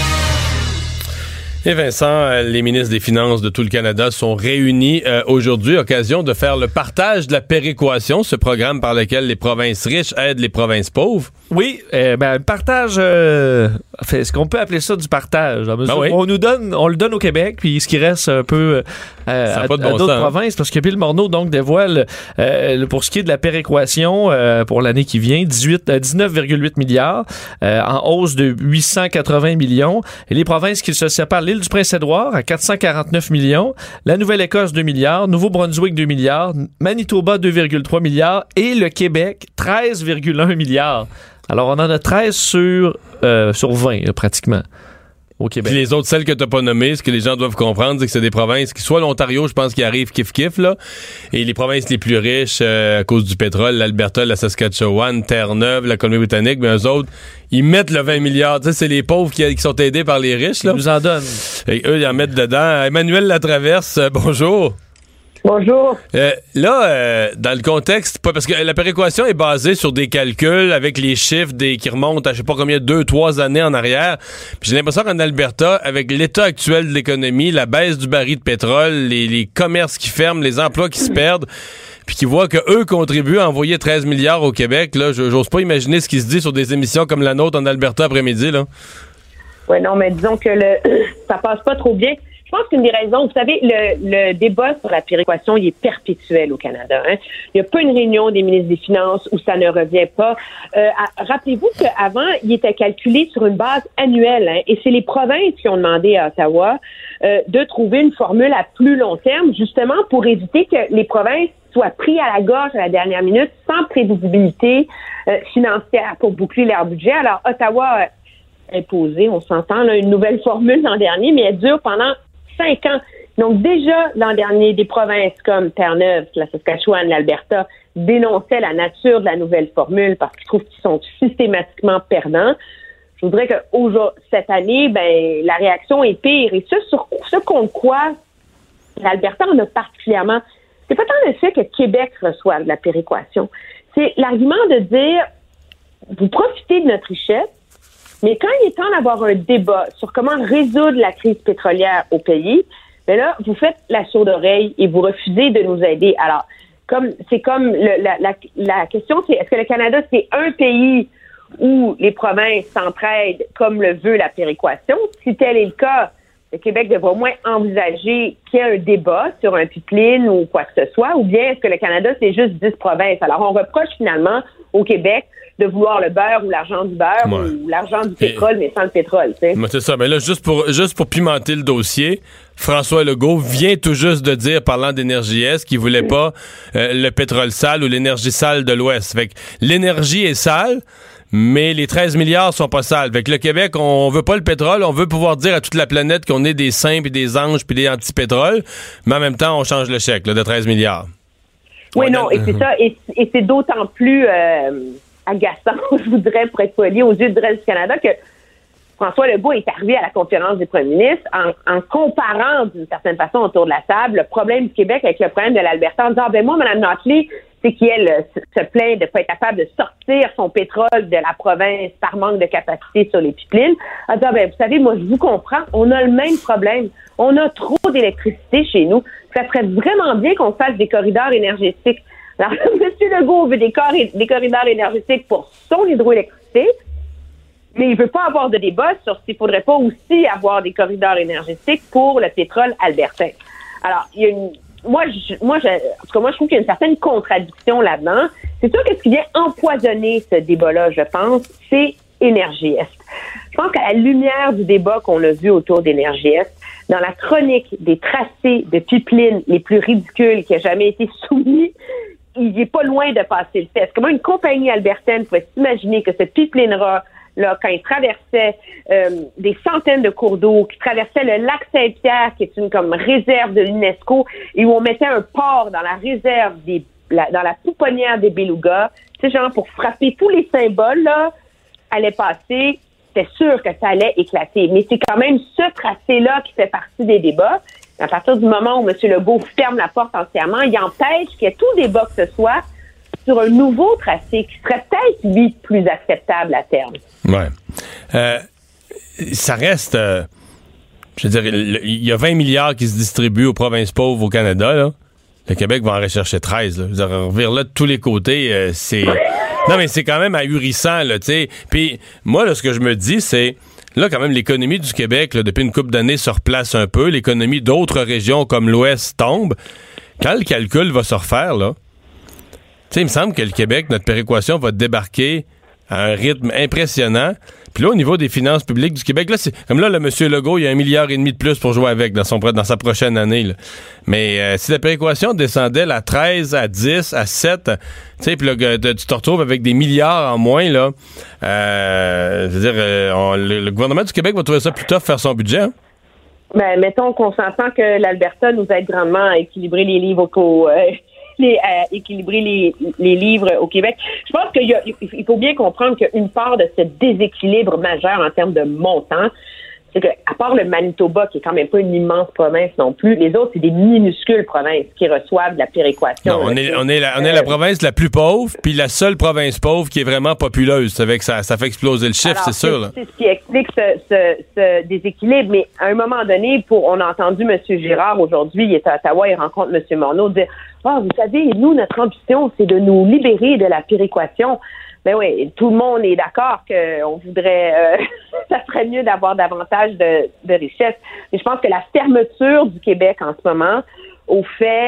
Et Vincent, les ministres des Finances de tout le Canada sont réunis aujourd'hui, occasion de faire le partage de la péréquation, ce programme par lequel les provinces riches aident les provinces pauvres. Oui, partage, est-ce qu'on peut appeler ça du partage? Oui. On le donne au Québec, puis ce qui reste un peu à d'autres provinces, parce que Bill Morneau donc dévoile pour ce qui est de la péréquation pour l'année qui vient, 19,8 milliards, en hausse de 880 millions. Et les provinces qui se séparent, l'île du Prince-Édouard à 449 millions, la Nouvelle-Écosse 2 milliards, Nouveau-Brunswick 2 milliards, Manitoba 2,3 milliards et le Québec 13,1 milliards. Alors, on en a 13 sur 20, pratiquement, au Québec. Puis les autres, celles que tu n'as pas nommées, ce que les gens doivent comprendre, c'est que c'est des provinces qui, soit l'Ontario, je pense, qui arrive kiff-kiff, là, et les provinces les plus riches, à cause du pétrole, l'Alberta, la Saskatchewan, Terre-Neuve, la Colombie-Britannique, mais eux autres, ils mettent le 20 milliards. Tu sais, c'est les pauvres qui sont aidés par les riches, là. Ils nous en donnent. Et eux, ils en mettent dedans. Emmanuel Latraverse, bonjour. Bonjour. Dans le contexte, parce que la péréquation est basée sur des calculs avec les chiffres qui remontent à je sais pas combien, 2-3 années en arrière. Puis j'ai l'impression qu'en Alberta, avec l'état actuel de l'économie, la baisse du baril de pétrole, les commerces qui ferment, les emplois qui se perdent, puis qui voient qu'eux contribuent à envoyer 13 milliards au Québec, là, j'ose pas imaginer ce qui se dit sur des émissions comme la nôtre en Alberta après-midi, là. Oui, non, mais disons que ça passe pas trop bien. Je pense qu'une des raisons, vous savez, le débat sur la péréquation, il est perpétuel au Canada. Hein? Il n'y a pas une réunion des ministres des Finances où ça ne revient pas. Rappelez-vous qu'avant, il était calculé sur une base annuelle. Hein? Et c'est les provinces qui ont demandé à Ottawa de trouver une formule à plus long terme, justement pour éviter que les provinces soient pris à la gorge à la dernière minute sans prévisibilité financière pour boucler leur budget. Alors, Ottawa a imposé, on s'entend, là, une nouvelle formule l'an dernier, mais elle dure pendant 5 ans. Donc déjà, l'an dernier, des provinces comme Terre-Neuve, la Saskatchewan, l'Alberta dénonçaient la nature de la nouvelle formule parce qu'ils trouvent qu'ils sont systématiquement perdants. Je voudrais que cette année, la réaction est pire. Et ce contre quoi l'Alberta en a particulièrement, c'est pas tant le fait que Québec reçoive de la péréquation. C'est l'argument de dire, vous profitez de notre richesse, mais quand il est temps d'avoir un débat sur comment résoudre la crise pétrolière au pays, ben là, vous faites la sourde oreille et vous refusez de nous aider. Alors, la question, c'est est-ce que le Canada, c'est un pays où les provinces s'entraident comme le veut la péréquation. Si tel est le cas, le Québec devrait au moins envisager qu'il y ait un débat sur un pipeline ou quoi que ce soit, ou bien est-ce que le Canada, c'est juste 10 provinces? Alors, on reproche finalement au Québec de vouloir le beurre ou l'argent du beurre ou l'argent du pétrole, mais sans le pétrole. C'est ça. Mais là, juste pour pimenter le dossier, François Legault vient tout juste de dire, parlant d'Énergie-Est, qu'il voulait pas le pétrole sale ou l'énergie sale de l'Ouest. Fait que l'énergie est sale, mais les 13 milliards sont pas sales. Fait que le Québec, on veut pas le pétrole, on veut pouvoir dire à toute la planète qu'on est des saints puis des anges puis des anti-pétrole, mais en même temps, on change le chèque là, de 13 milliards. Oui, non, et c'est ça. Et c'est d'autant plus agaçant, je voudrais, pour être poli, aux yeux du reste du Canada, que François Legault est arrivé à la conférence des premiers ministres en comparant, d'une certaine façon, autour de la table, le problème du Québec avec le problème de l'Alberta, en disant, moi, Mme Notley, c'est qu'elle se plaint de ne pas être capable de sortir son pétrole de la province par manque de capacité sur les pipelines. Elle dit, vous savez, moi, je vous comprends, on a le même problème. On a trop d'électricité chez nous. Ça serait vraiment bien qu'on fasse des corridors énergétiques. Alors, M. Legault veut des corridors énergétiques pour son hydroélectricité, mais il veut pas avoir de débat sur s'il faudrait pas aussi avoir des corridors énergétiques pour le pétrole albertain. Alors, il y a moi, je trouve qu'il y a une certaine contradiction là-dedans. C'est sûr que ce qui vient empoisonner ce débat-là, je pense, c'est Énergie-Est. Je pense qu'à la lumière du débat qu'on a vu autour d'Énergie-Est, dans la chronique des tracés de pipeline les plus ridicules qui a jamais été soumis, il est pas loin de passer le test. Comment une compagnie albertaine pouvait s'imaginer que ce pipeline-là, quand il traversait des centaines de cours d'eau, qui traversait le lac Saint-Pierre, qui est une comme réserve de l'UNESCO, et où on mettait un port dans la réserve dans la pouponnière des Belugas, tu sais, genre pour frapper tous les symboles, là, allait passer, c'était sûr que ça allait éclater. Mais c'est quand même ce tracé-là qui fait partie des débats. À partir du moment où M. Legault ferme la porte entièrement, il empêche qu'il y ait tout débat que ce soit sur un nouveau tracé qui serait peut-être, lui, plus acceptable à terme. Ouais. Ça reste... je veux dire, il y a 20 milliards qui se distribuent aux provinces pauvres au Canada, là. Le Québec va en rechercher 13, là. Je veux dire, revire là de tous les côtés, c'est... Non, mais c'est quand même ahurissant, là, tu sais. Puis moi, là, ce que je me dis, c'est... Là, quand même, l'économie du Québec, là, depuis une couple d'années, se replace un peu. L'économie d'autres régions comme l'Ouest tombe. Quand le calcul va se refaire, là, tu sais, il me semble que le Québec, notre péréquation va débarquer à un rythme impressionnant. Puis là, au niveau des finances publiques du Québec, là, c'est comme là, le M. Legault, il y a 1,5 milliard de plus pour jouer avec dans sa prochaine année, là. Mais si la péréquation descendait à 13, à 10, à 7, tu sais, puis là, tu te retrouves avec des milliards en moins, là. Je veux dire, le gouvernement du Québec va trouver ça plus tough faire son budget, hein? Ben, mettons qu'on s'entend que l'Alberta nous aide grandement à équilibrer les livres équilibrer les livres au Québec. Je pense qu'il faut bien comprendre qu'une part de ce déséquilibre majeur en termes de montant, c'est que, à part le Manitoba, qui est quand même pas une immense province non plus, les autres, c'est des minuscules provinces qui reçoivent de la péréquation. Non, on est la province la plus pauvre, puis la seule province pauvre qui est vraiment populeuse. Ça fait exploser le chiffre, alors, c'est sûr. Là. C'est ce qui explique ce déséquilibre. Mais à un moment donné, on a entendu M. Girard aujourd'hui, il est à Ottawa, il rencontre M. Morneau, dire « vous savez, nous, notre ambition, c'est de nous libérer de la péréquation. » Ben oui, tout le monde est d'accord qu'on voudrait, ça serait mieux d'avoir davantage de richesses. Mais je pense que la fermeture du Québec en ce moment, au fait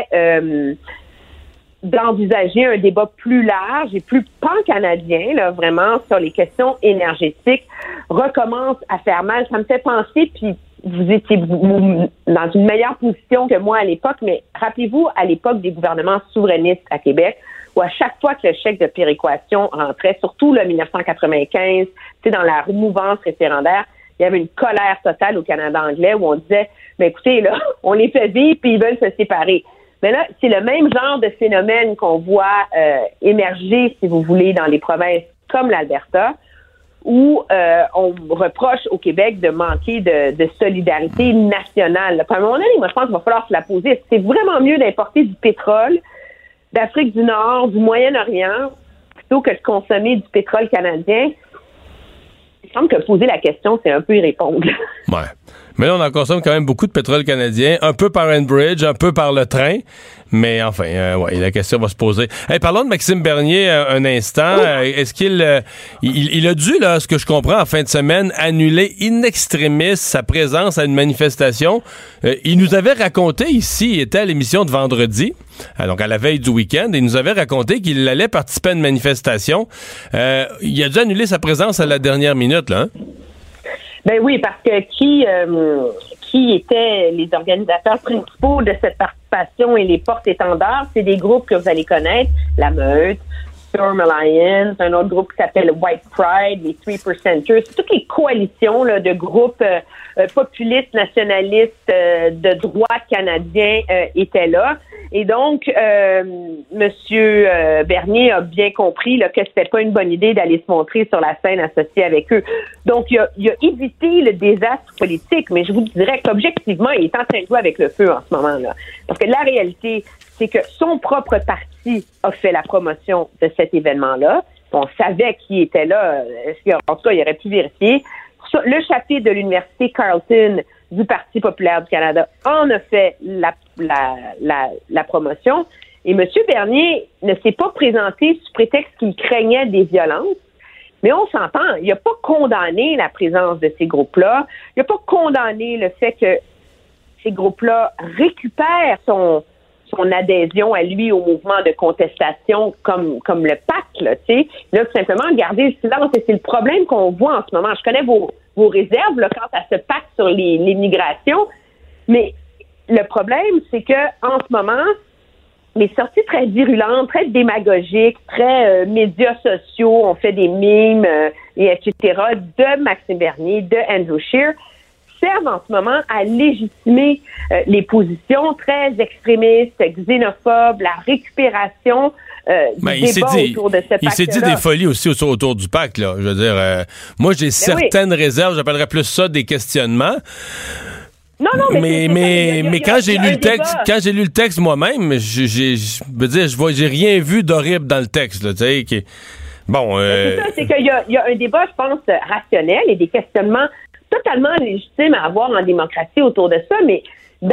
d'envisager un débat plus large et plus pan-canadien, là, vraiment, sur les questions énergétiques, recommence à faire mal. Ça me fait penser, puis vous étiez dans une meilleure position que moi à l'époque, mais rappelez-vous, à l'époque des gouvernements souverainistes à Québec, où à chaque fois que le chèque de péréquation rentrait, surtout le 1995, dans la mouvance référendaire, il y avait une colère totale au Canada anglais où on disait, écoutez, là, on les fait vivre puis ils veulent se séparer. Mais là, c'est le même genre de phénomène qu'on voit émerger, si vous voulez, dans les provinces comme l'Alberta, où on reproche au Québec de manquer de solidarité nationale. À un moment donné, moi, je pense qu'il va falloir se la poser. C'est vraiment mieux d'importer du pétrole d'Afrique du Nord, du Moyen-Orient, plutôt que de consommer du pétrole canadien. Il semble que poser la question, c'est un peu y répondre. Ouais. Mais là, on en consomme quand même beaucoup de pétrole canadien, un peu par Enbridge, un peu par le train. Mais enfin, la question va se poser. Hey, parlons de Maxime Bernier un instant. Est-ce qu'il il a dû, là, ce que je comprends, en fin de semaine, annuler in extremis sa présence à une manifestation? Il nous avait raconté ici, il était à l'émission de vendredi, donc à la veille du week-end, et il nous avait raconté qu'il allait participer à une manifestation. Il a dû annuler sa présence à la dernière minute, là, hein? Ben oui, parce que qui étaient les organisateurs principaux de cette participation et les porte-étendards, c'est des groupes que vous allez connaître, la Meute, Storm Alliance, un autre groupe qui s'appelle White Pride, les 3%ers, c'est toutes les coalitions là, de groupes populistes, nationalistes de droite canadiens étaient là. Et donc, Monsieur Bernier a bien compris là, que c'était pas une bonne idée d'aller se montrer sur la scène associée avec eux. Donc, il a évité le désastre politique, mais je vous dirais qu'objectivement, il est en train de jouer avec le feu en ce moment-là. Parce que la réalité, c'est que son propre parti a fait la promotion de cet événement-là. On savait qui était là. En tout cas, il aurait pu vérifier. Le chapitre de l'Université Carleton du Parti populaire du Canada en a fait la promotion. Et M. Bernier ne s'est pas présenté sous prétexte qu'il craignait des violences. Mais on s'entend, il n'a pas condamné la présence de ces groupes-là. Il n'a pas condamné le fait que ces groupes-là récupèrent son adhésion à lui au mouvement de contestation comme le PAC, là, tu sais. Là, tout simplement, garder le silence. Et c'est le problème qu'on voit en ce moment. Je connais vos réserves là, quant à ce PAC sur les migrations, mais le problème, c'est que en ce moment, les sorties très virulentes, très démagogiques, très médias sociaux, on fait des mimes, et etc., de Maxime Bernier, de Andrew Scheer, servent en ce moment à légitimer les positions très extrémistes, xénophobes, la récupération du débat autour de ce pacte-là. Il s'est dit des folies aussi autour du pacte, là. Je veux dire, moi, j'ai certaines réserves, j'appellerais plus ça des questionnements. Non, mais quand j'ai lu le texte moi-même, j'ai rien vu d'horrible dans le texte, là, tu sais, bon. C'est ça, c'est qu'il y a un débat, je pense, rationnel et des questionnements totalement légitimes à avoir en démocratie autour de ça, mais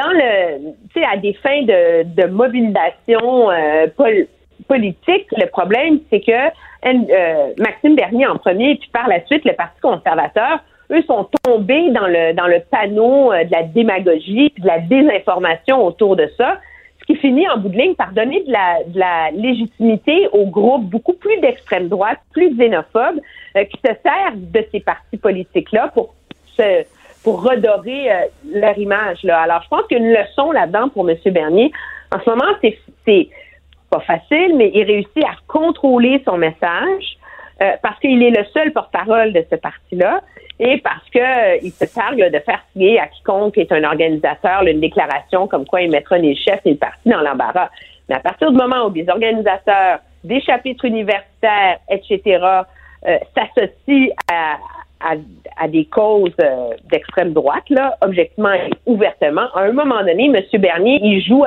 à des fins de mobilisation politique, le problème, c'est que Maxime Bernier en premier, puis par la suite, le Parti conservateur, eux sont tombés dans le panneau de la démagogie puis de la désinformation autour de ça, ce qui finit en bout de ligne par donner de la légitimité aux groupes beaucoup plus d'extrême droite, plus xénophobes, qui se servent de ces partis politiques-là pour redorer leur image, là. Alors, je pense qu'il y a une leçon là-dedans pour M. Bernier. En ce moment, c'est pas facile, mais il réussit à contrôler son message parce qu'il est le seul porte-parole de ce parti-là. Et parce que il se targue de faire signer à quiconque est un organisateur une déclaration comme quoi il mettra les chefs et le parti dans l'embarras. Mais à partir du moment où des organisateurs, des chapitres universitaires, etc., s'associent à des causes d'extrême droite, là, objectivement et ouvertement, à un moment donné, M. Bernier, il joue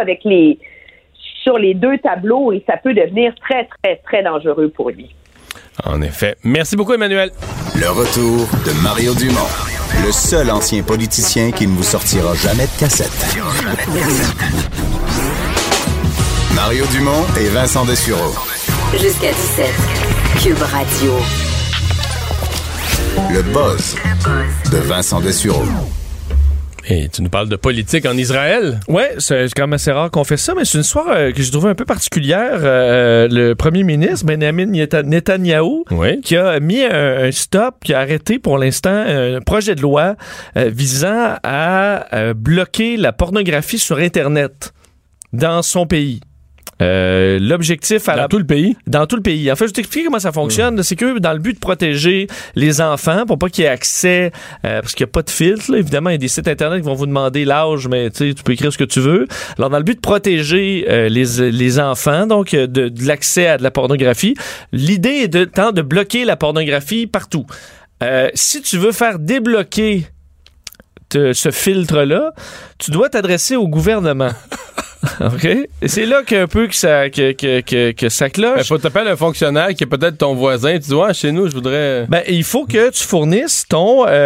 sur les deux tableaux et ça peut devenir très, très, très dangereux pour lui. En effet. Merci beaucoup, Emmanuel. Le retour de Mario Dumont, le seul ancien politicien qui ne vous sortira jamais de cassette. Mario Dumont et Vincent Dessureau. Jusqu'à 17. Cube Radio. Le buzz de Vincent Dessureau. Et tu nous parles de politique en Israël? Oui, c'est quand même assez rare qu'on fait ça, mais c'est une histoire que j'ai trouvée un peu particulière. Le premier ministre, Benjamin Netanyahou, qui a mis un stop, qui a arrêté pour l'instant un projet de loi visant à bloquer la pornographie sur Internet dans son pays. L'objectif dans tout le pays? Dans tout le pays. En fait, je vais t'expliquer comment ça fonctionne. C'est que dans le but de protéger les enfants, pour pas qu'il y ait accès, parce qu'il n'y a pas de filtre, là, évidemment, il y a des sites Internet qui vont vous demander l'âge, mais tu peux écrire ce que tu veux. Alors, dans le but de protéger les enfants, donc de l'accès à de la pornographie, l'idée est de bloquer la pornographie partout. Si tu veux faire débloquer ce filtre-là, tu dois t'adresser au gouvernement. OK? Et c'est là qu'un peu que ça cloche. Faut t'appeler un fonctionnaire qui est peut-être ton voisin. Tu dis, ouais, chez nous, je voudrais... Il faut que tu fournisses tu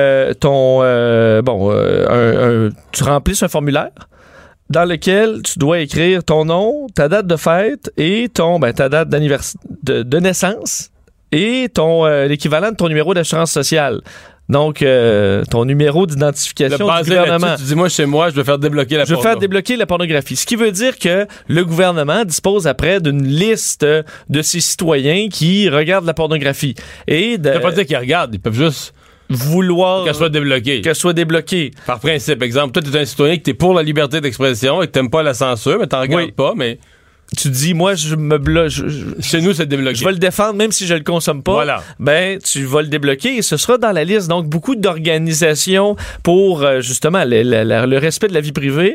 remplisses un formulaire dans lequel tu dois écrire ton nom, ta date de fête et ta date de naissance et l'équivalent de ton numéro d'assurance sociale. Donc, ton numéro d'identification du gouvernement. Tu dis, moi, chez moi, je veux faire débloquer la pornographie. Je veux faire débloquer la pornographie. Ce qui veut dire que le gouvernement dispose après d'une liste de ses citoyens qui regardent la pornographie. Ça veut pas dire qu'ils regardent, ils peuvent juste... vouloir qu'elle soit débloquée. Par principe, exemple, toi, t'es un citoyen que t'es pour la liberté d'expression et que t'aimes pas la censure, mais t'en regardes pas, mais... Tu dis, moi, je me bloque. Chez nous, c'est débloqué. Je vais le défendre, même si je le consomme pas. Voilà. Tu vas le débloquer et ce sera dans la liste. Donc, beaucoup d'organisations pour, justement, le respect de la vie privée,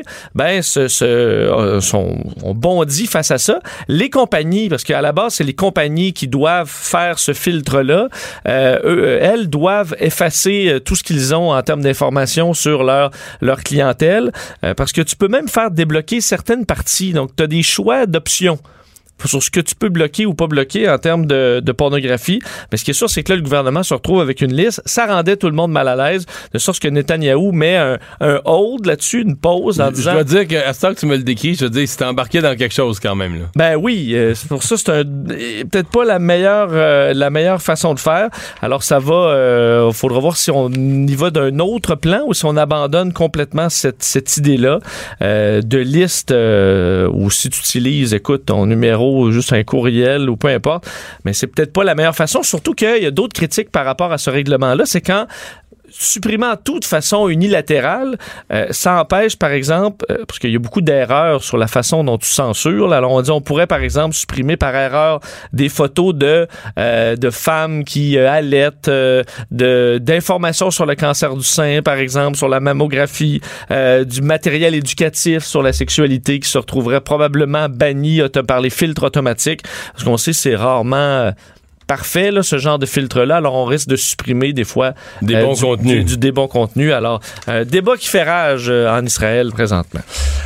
ont bondi face à ça. Les compagnies, parce qu'à la base, c'est les compagnies qui doivent faire ce filtre-là. Elles doivent effacer tout ce qu'ils ont en termes d'informations sur leur clientèle. Parce que tu peux même faire débloquer certaines parties. Donc, tu as des choix d'options sur ce que tu peux bloquer ou pas bloquer en termes de pornographie. Mais ce qui est sûr, c'est que là, le gouvernement se retrouve avec une liste. Ça rendait tout le monde mal à l'aise, de sorte que Netanyahou met un hold là-dessus, une pause en disant... Je dois dire qu'à ce temps que tu me le décris, je veux dire, c'était embarqué dans quelque chose quand même. Là. Oui, c'est pour ça, c'est peut-être pas la meilleure façon de faire. Alors, ça va... faudra voir si on y va d'un autre plan ou si on abandonne complètement cette idée-là de liste ou si tu utilises, écoute, ton numéro ou juste un courriel ou peu importe, mais c'est peut-être pas la meilleure façon, surtout qu'il y a d'autres critiques par rapport à ce règlement-là, c'est quand supprimant tout de façon unilatérale, ça empêche, par exemple, parce qu'il y a beaucoup d'erreurs sur la façon dont tu censures. Là, alors, on pourrait, par exemple, supprimer par erreur des photos de femmes qui allaitent, d'informations sur le cancer du sein, par exemple, sur la mammographie, du matériel éducatif sur la sexualité qui se retrouverait probablement banni par les filtres automatiques. Parce qu'on sait, c'est rarement... parfait, là, ce genre de filtre-là. Alors, on risque de supprimer des fois des bons contenus. Des bons contenus. Alors, débat qui fait rage en Israël présentement.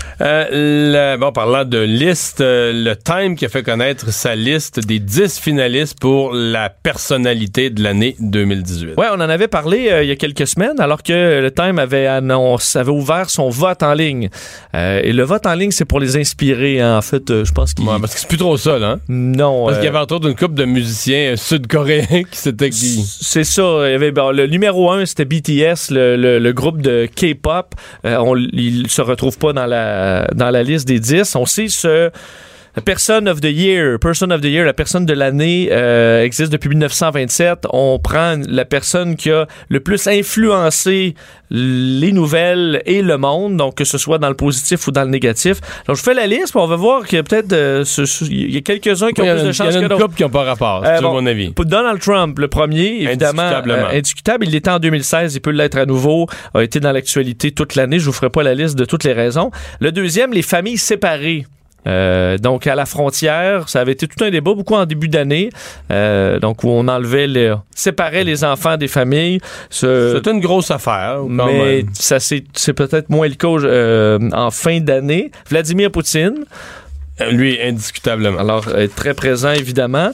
Parlant de liste, le Time qui a fait connaître sa liste des 10 finalistes pour la personnalité de l'année 2018. Ouais, on en avait parlé il y a quelques semaines, alors que le Time avait ouvert son vote en ligne. Et le vote en ligne, c'est pour les inspirer, hein. En fait, je pense qu'il... Ouais, parce que c'est plus trop ça, là. Hein? Non. Parce qu'il y avait autour d'une couple de musiciens sud-coréens qui s'étaient dit... C'est ça. Il y avait, le numéro 1, c'était BTS, le groupe de K-pop. Il se retrouve pas dans la liste des 10. On sait Person of the Year, la personne de l'année existe depuis 1927. On prend la personne qui a le plus influencé les nouvelles et le monde, donc que ce soit dans le positif ou dans le négatif. Donc je fais la liste, puis on va voir qu'il y a peut-être il y a quelques-uns qui ont plus de chances que d'autres. Il y en a une couple qui n'ont pas rapport, c'est mon avis. Pour Donald Trump, le premier, évidemment, indiscutable. Il l'était en 2016, il peut l'être à nouveau, a été dans l'actualité toute l'année. Je vous ferai pas la liste de toutes les raisons. Le deuxième, les familles séparées. Donc à la frontière, ça avait été tout un débat, beaucoup en début d'année, donc où on séparait les enfants des familles. C'était une grosse affaire. Mais c'est peut-être moins le cas en fin d'année. Vladimir Poutine. Lui, indiscutablement. Alors, très présent, évidemment.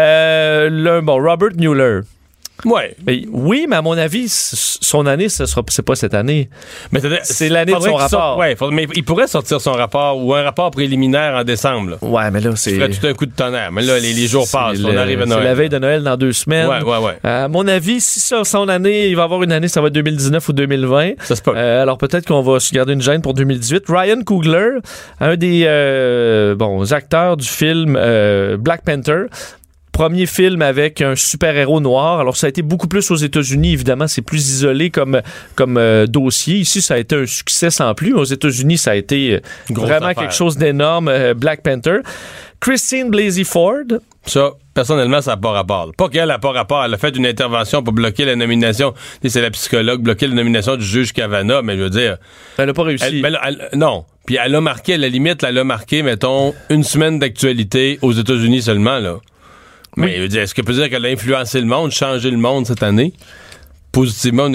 Robert Mueller. Ouais. Oui, mais à mon avis, son année, c'est pas cette année. Mais c'est l'année de son rapport. Mais il pourrait sortir son rapport ou un rapport préliminaire en décembre. Là. Ouais, mais là, c'est... Tu ferais tout un coup de tonnerre. Mais là, les jours passent. On arrive à Noël. C'est la veille de Noël dans 2 semaines. Ouais. À mon avis, si son année, il va avoir une année, ça va être 2019 ou 2020. Ça se peut. Alors peut-être qu'on va se garder une gêne pour 2018. Ryan Coogler, un des acteurs du film Black Panther. Premier film avec un super-héros noir. Alors, ça a été beaucoup plus aux États-Unis. Évidemment, c'est plus isolé comme dossier. Ici, ça a été un succès sans plus. Aux États-Unis, ça a été vraiment quelque chose d'énorme. Black Panther. Christine Blasey Ford. Ça, personnellement, ça n'a pas rapport. Pas qu'elle n'a pas rapport. Elle a fait une intervention pour bloquer la nomination. C'est la psychologue, bloquer la nomination du juge Kavanaugh, mais je veux dire... Elle n'a pas réussi. Non. Puis elle a marqué, à la limite, mettons, une semaine d'actualité aux États-Unis seulement, là. Mais est-ce que peut dire qu'elle a influencé le monde, changé le monde cette année? positivement,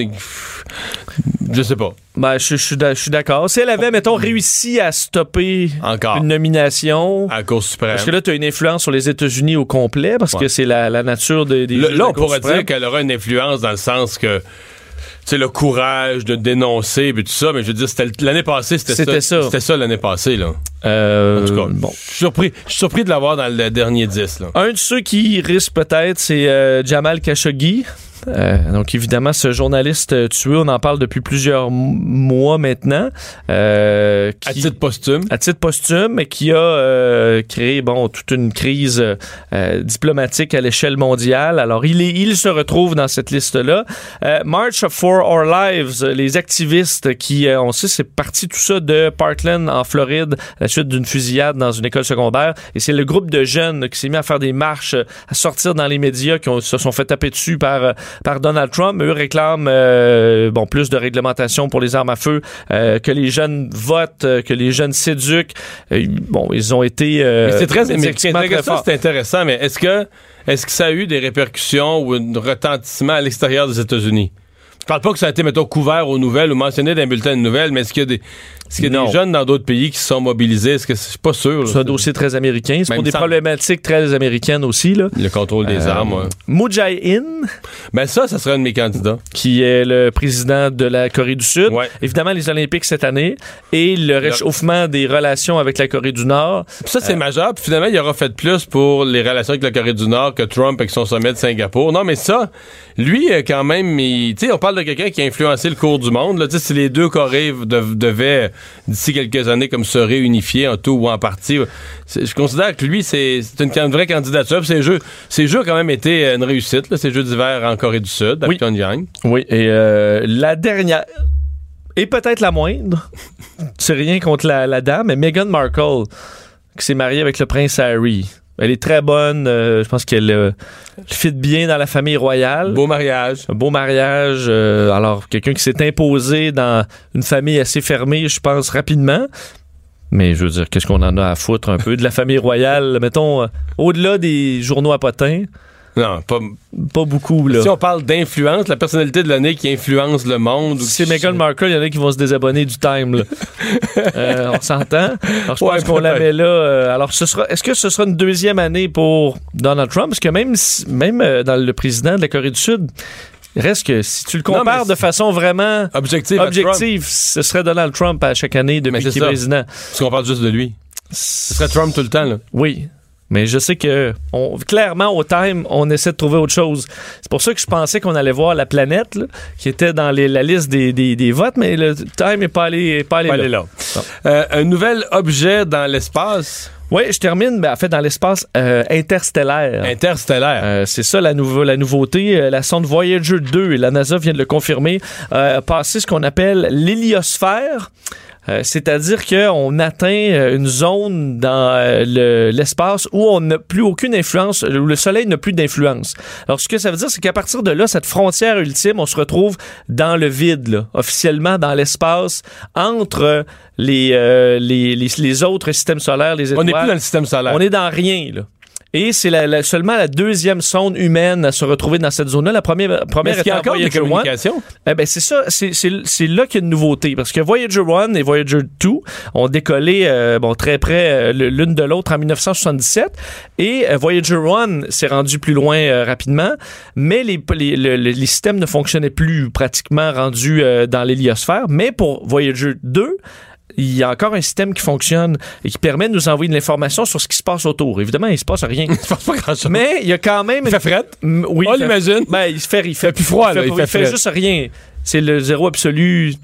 je sais pas. Ben, je suis d'accord. Si elle avait, mettons, réussi à stopper une nomination... À la Cour suprême. Parce que là, tu as une influence sur les États-Unis au complet, parce que c'est la nature des là, on pourrait dire qu'elle aura une influence dans le sens que... Tu sais, le courage de dénoncer et tout ça, mais je veux dire, l'année passée, c'était ça. C'était ça l'année passée, là. En tout cas, bon. Je suis surpris de l'avoir dans le dernier 10, là. Un de ceux qui risque peut-être, c'est Jamal Khashoggi. Donc, évidemment, ce journaliste tué, on en parle depuis plusieurs mois maintenant. À titre posthume. À titre posthume, mais qui a créé, toute une crise diplomatique à l'échelle mondiale. Alors, il se retrouve dans cette liste-là. March for Our Lives, les activistes qui, on sait, c'est parti tout ça de Parkland, en Floride, à la suite d'une fusillade dans une école secondaire. Et c'est le groupe de jeunes qui s'est mis à faire des marches, à sortir dans les médias, se sont fait taper dessus par Donald Trump. Eux réclament plus de réglementation pour les armes à feu, que les jeunes votent, que les jeunes s'éduquent. Ils ont été... mais c'est très intéressant. C'est intéressant, mais est-ce que ça a eu des répercussions ou un retentissement à l'extérieur des États-Unis? Je parle pas que ça a été, mettons, couvert aux nouvelles ou mentionné dans un bulletin de nouvelles, mais est-ce qu'il y a des jeunes dans d'autres pays qui se sont mobilisés? Est-ce que je suis pas sûr? C'est un dossier très américain. C'est pour des problématiques très américaines aussi, là. Le contrôle des armes, ouais. Moon Jae-in. Ben ça serait un de mes candidats. Qui est le président de la Corée du Sud. Ouais. Évidemment, les Olympiques cette année et le réchauffement des relations avec la Corée du Nord. Puis ça, c'est majeur. Puis finalement, il aura fait plus pour les relations avec la Corée du Nord que Trump avec son sommet de Singapour. Non, mais ça, lui, quand même, tu sais, on parle de quelqu'un qui a influencé le cours du monde. Tu sais, si les deux Corées devaient, d'ici quelques années, comme se réunifier en tout ou en partie, je considère que lui, c'est une vraie candidature. Puis ces jeux ont quand même été une réussite, là, ces Jeux d'hiver en Corée du Sud, avec Pyongyang. Oui, et la dernière, et peut-être la moindre, c'est rien contre la dame, mais Meghan Markle, qui s'est mariée avec le prince Harry. Elle est très bonne. Je pense qu'elle fit bien dans la famille royale. Beau mariage. Un beau mariage. Alors, quelqu'un qui s'est imposé dans une famille assez fermée, je pense, rapidement. Mais je veux dire, qu'est-ce qu'on en a à foutre un peu de la famille royale? Mettons, au-delà des journaux à potins. Non, pas beaucoup, là. Si on parle d'influence, la personnalité de l'année qui influence le monde... C'est Meghan Markle, il y en a qui vont se désabonner du Time, là. On s'entend? Alors, je pense qu'on la met là. Alors, est-ce que ce sera une deuxième année pour Donald Trump? Parce que même dans le président de la Corée du Sud, il reste que si tu le compares de façon vraiment objective, ce serait Donald Trump à chaque année depuis qu'il est président. Parce qu'on parle juste de lui. Ce serait Trump tout le temps, là. Oui. Mais je sais que, clairement, au Time, on essaie de trouver autre chose. C'est pour ça que je pensais qu'on allait voir La Planète, là, qui était dans la liste des votes, mais le Time n'est pas allé là. Un nouvel objet dans l'espace. Oui, je termine, en fait, dans l'espace interstellaire. Interstellaire. C'est ça la nouveauté. La sonde Voyager 2, et la NASA vient de le confirmer, a passé ce qu'on appelle l'héliosphère. C'est-à-dire qu'on atteint une zone dans l'espace où on n'a plus aucune influence, où le Soleil n'a plus d'influence. Alors, ce que ça veut dire, c'est qu'à partir de là, cette frontière ultime, on se retrouve dans le vide, là, officiellement dans l'espace, entre les autres systèmes solaires, les étoiles. On n'est plus dans le système solaire. On est dans rien, là. Et c'est seulement la deuxième sonde humaine à se retrouver dans cette zone-là. La première est-ce qu'il y a encore des communications? C'est ça, c'est là qu'il y a une nouveauté. Parce que Voyager 1 et Voyager 2 ont décollé très près l'une de l'autre en 1977. Et Voyager 1 s'est rendu plus loin rapidement. Mais les systèmes ne fonctionnaient plus pratiquement rendus dans l'héliosphère. Mais pour Voyager 2, il y a encore un système qui fonctionne et qui permet de nous envoyer de l'information sur ce qui se passe autour. Évidemment, il se passe rien. Il se passe pas grand-chose. Mais il y a quand même... Il fait fret? Oui. On l'imagine. Il fait plus froid, là. Il fait juste rien. C'est le zéro absolu.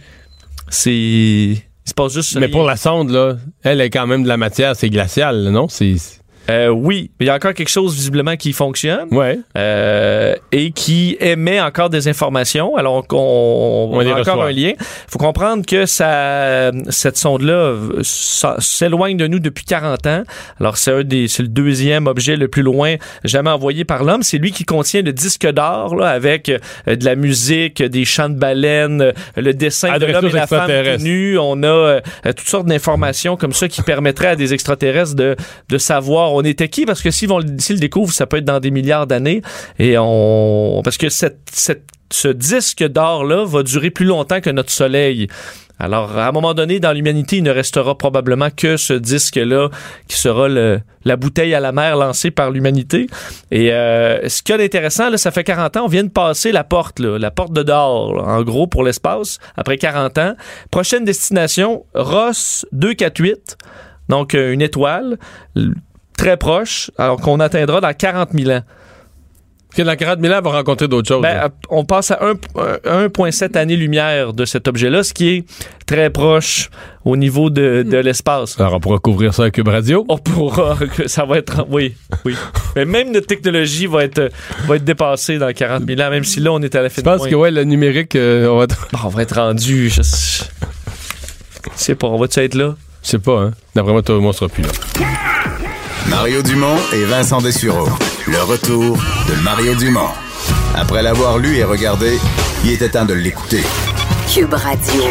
Il se passe juste rien. Mais pour la sonde, là, elle est quand même de la matière, c'est glacial, non? Oui, mais il y a encore quelque chose visiblement qui fonctionne. Ouais. Et qui émet encore des informations. Alors, on a encore un lien. Il faut comprendre que cette sonde-là s'éloigne de nous depuis 40 ans. Alors, c'est le deuxième objet le plus loin jamais envoyé par l'homme. C'est lui qui contient le disque d'or, là, avec de la musique, des chants de baleines, le dessin de l'homme et la femme tout nus. On a toutes sortes d'informations comme ça qui permettraient à des extraterrestres de savoir on était qui, parce que s'ils le découvrent, ça peut être dans des milliards d'années. Et parce que cette ce disque d'or-là va durer plus longtemps que notre soleil. Alors, à un moment donné, dans l'humanité, il ne restera probablement que ce disque-là qui sera la bouteille à la mer lancée par l'humanité. Et ce qu'il y a d'intéressant, là, ça fait 40 ans, on vient de passer la porte de d'or, là, en gros, pour l'espace, après 40 ans. Prochaine destination, Ross 248, donc une étoile très proche, alors qu'on atteindra dans 40 000 ans. Parce que dans 40 000 ans, on va rencontrer d'autres choses. On passe à 1,7 années-lumière de cet objet-là, ce qui est très proche au niveau de l'espace. Alors, on pourra couvrir ça à Cube Radio? On pourra, ça va être... Oui. Mais même notre technologie va être dépassée dans 40 000 ans, même si là, on est à la fin de Je pense que, le numérique, on va être rendu... Je sais pas, on va-tu être là? Je sais pas, hein. D'après moi, tout le monde sera plus là. Mario Dumont et Vincent Dessureau. Le retour de Mario Dumont. Après l'avoir lu et regardé, il était temps de l'écouter. Cube Radio.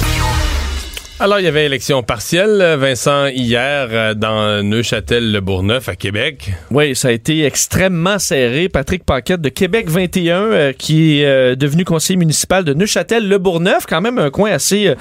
Alors, il y avait élection partielle, Vincent, hier, dans Neuchâtel-le-Bourgneuf, à Québec. Oui, ça a été extrêmement serré. Patrick Paquette de Québec 21, qui est devenu conseiller municipal de Neuchâtel-le-Bourgneuf, quand même un coin assez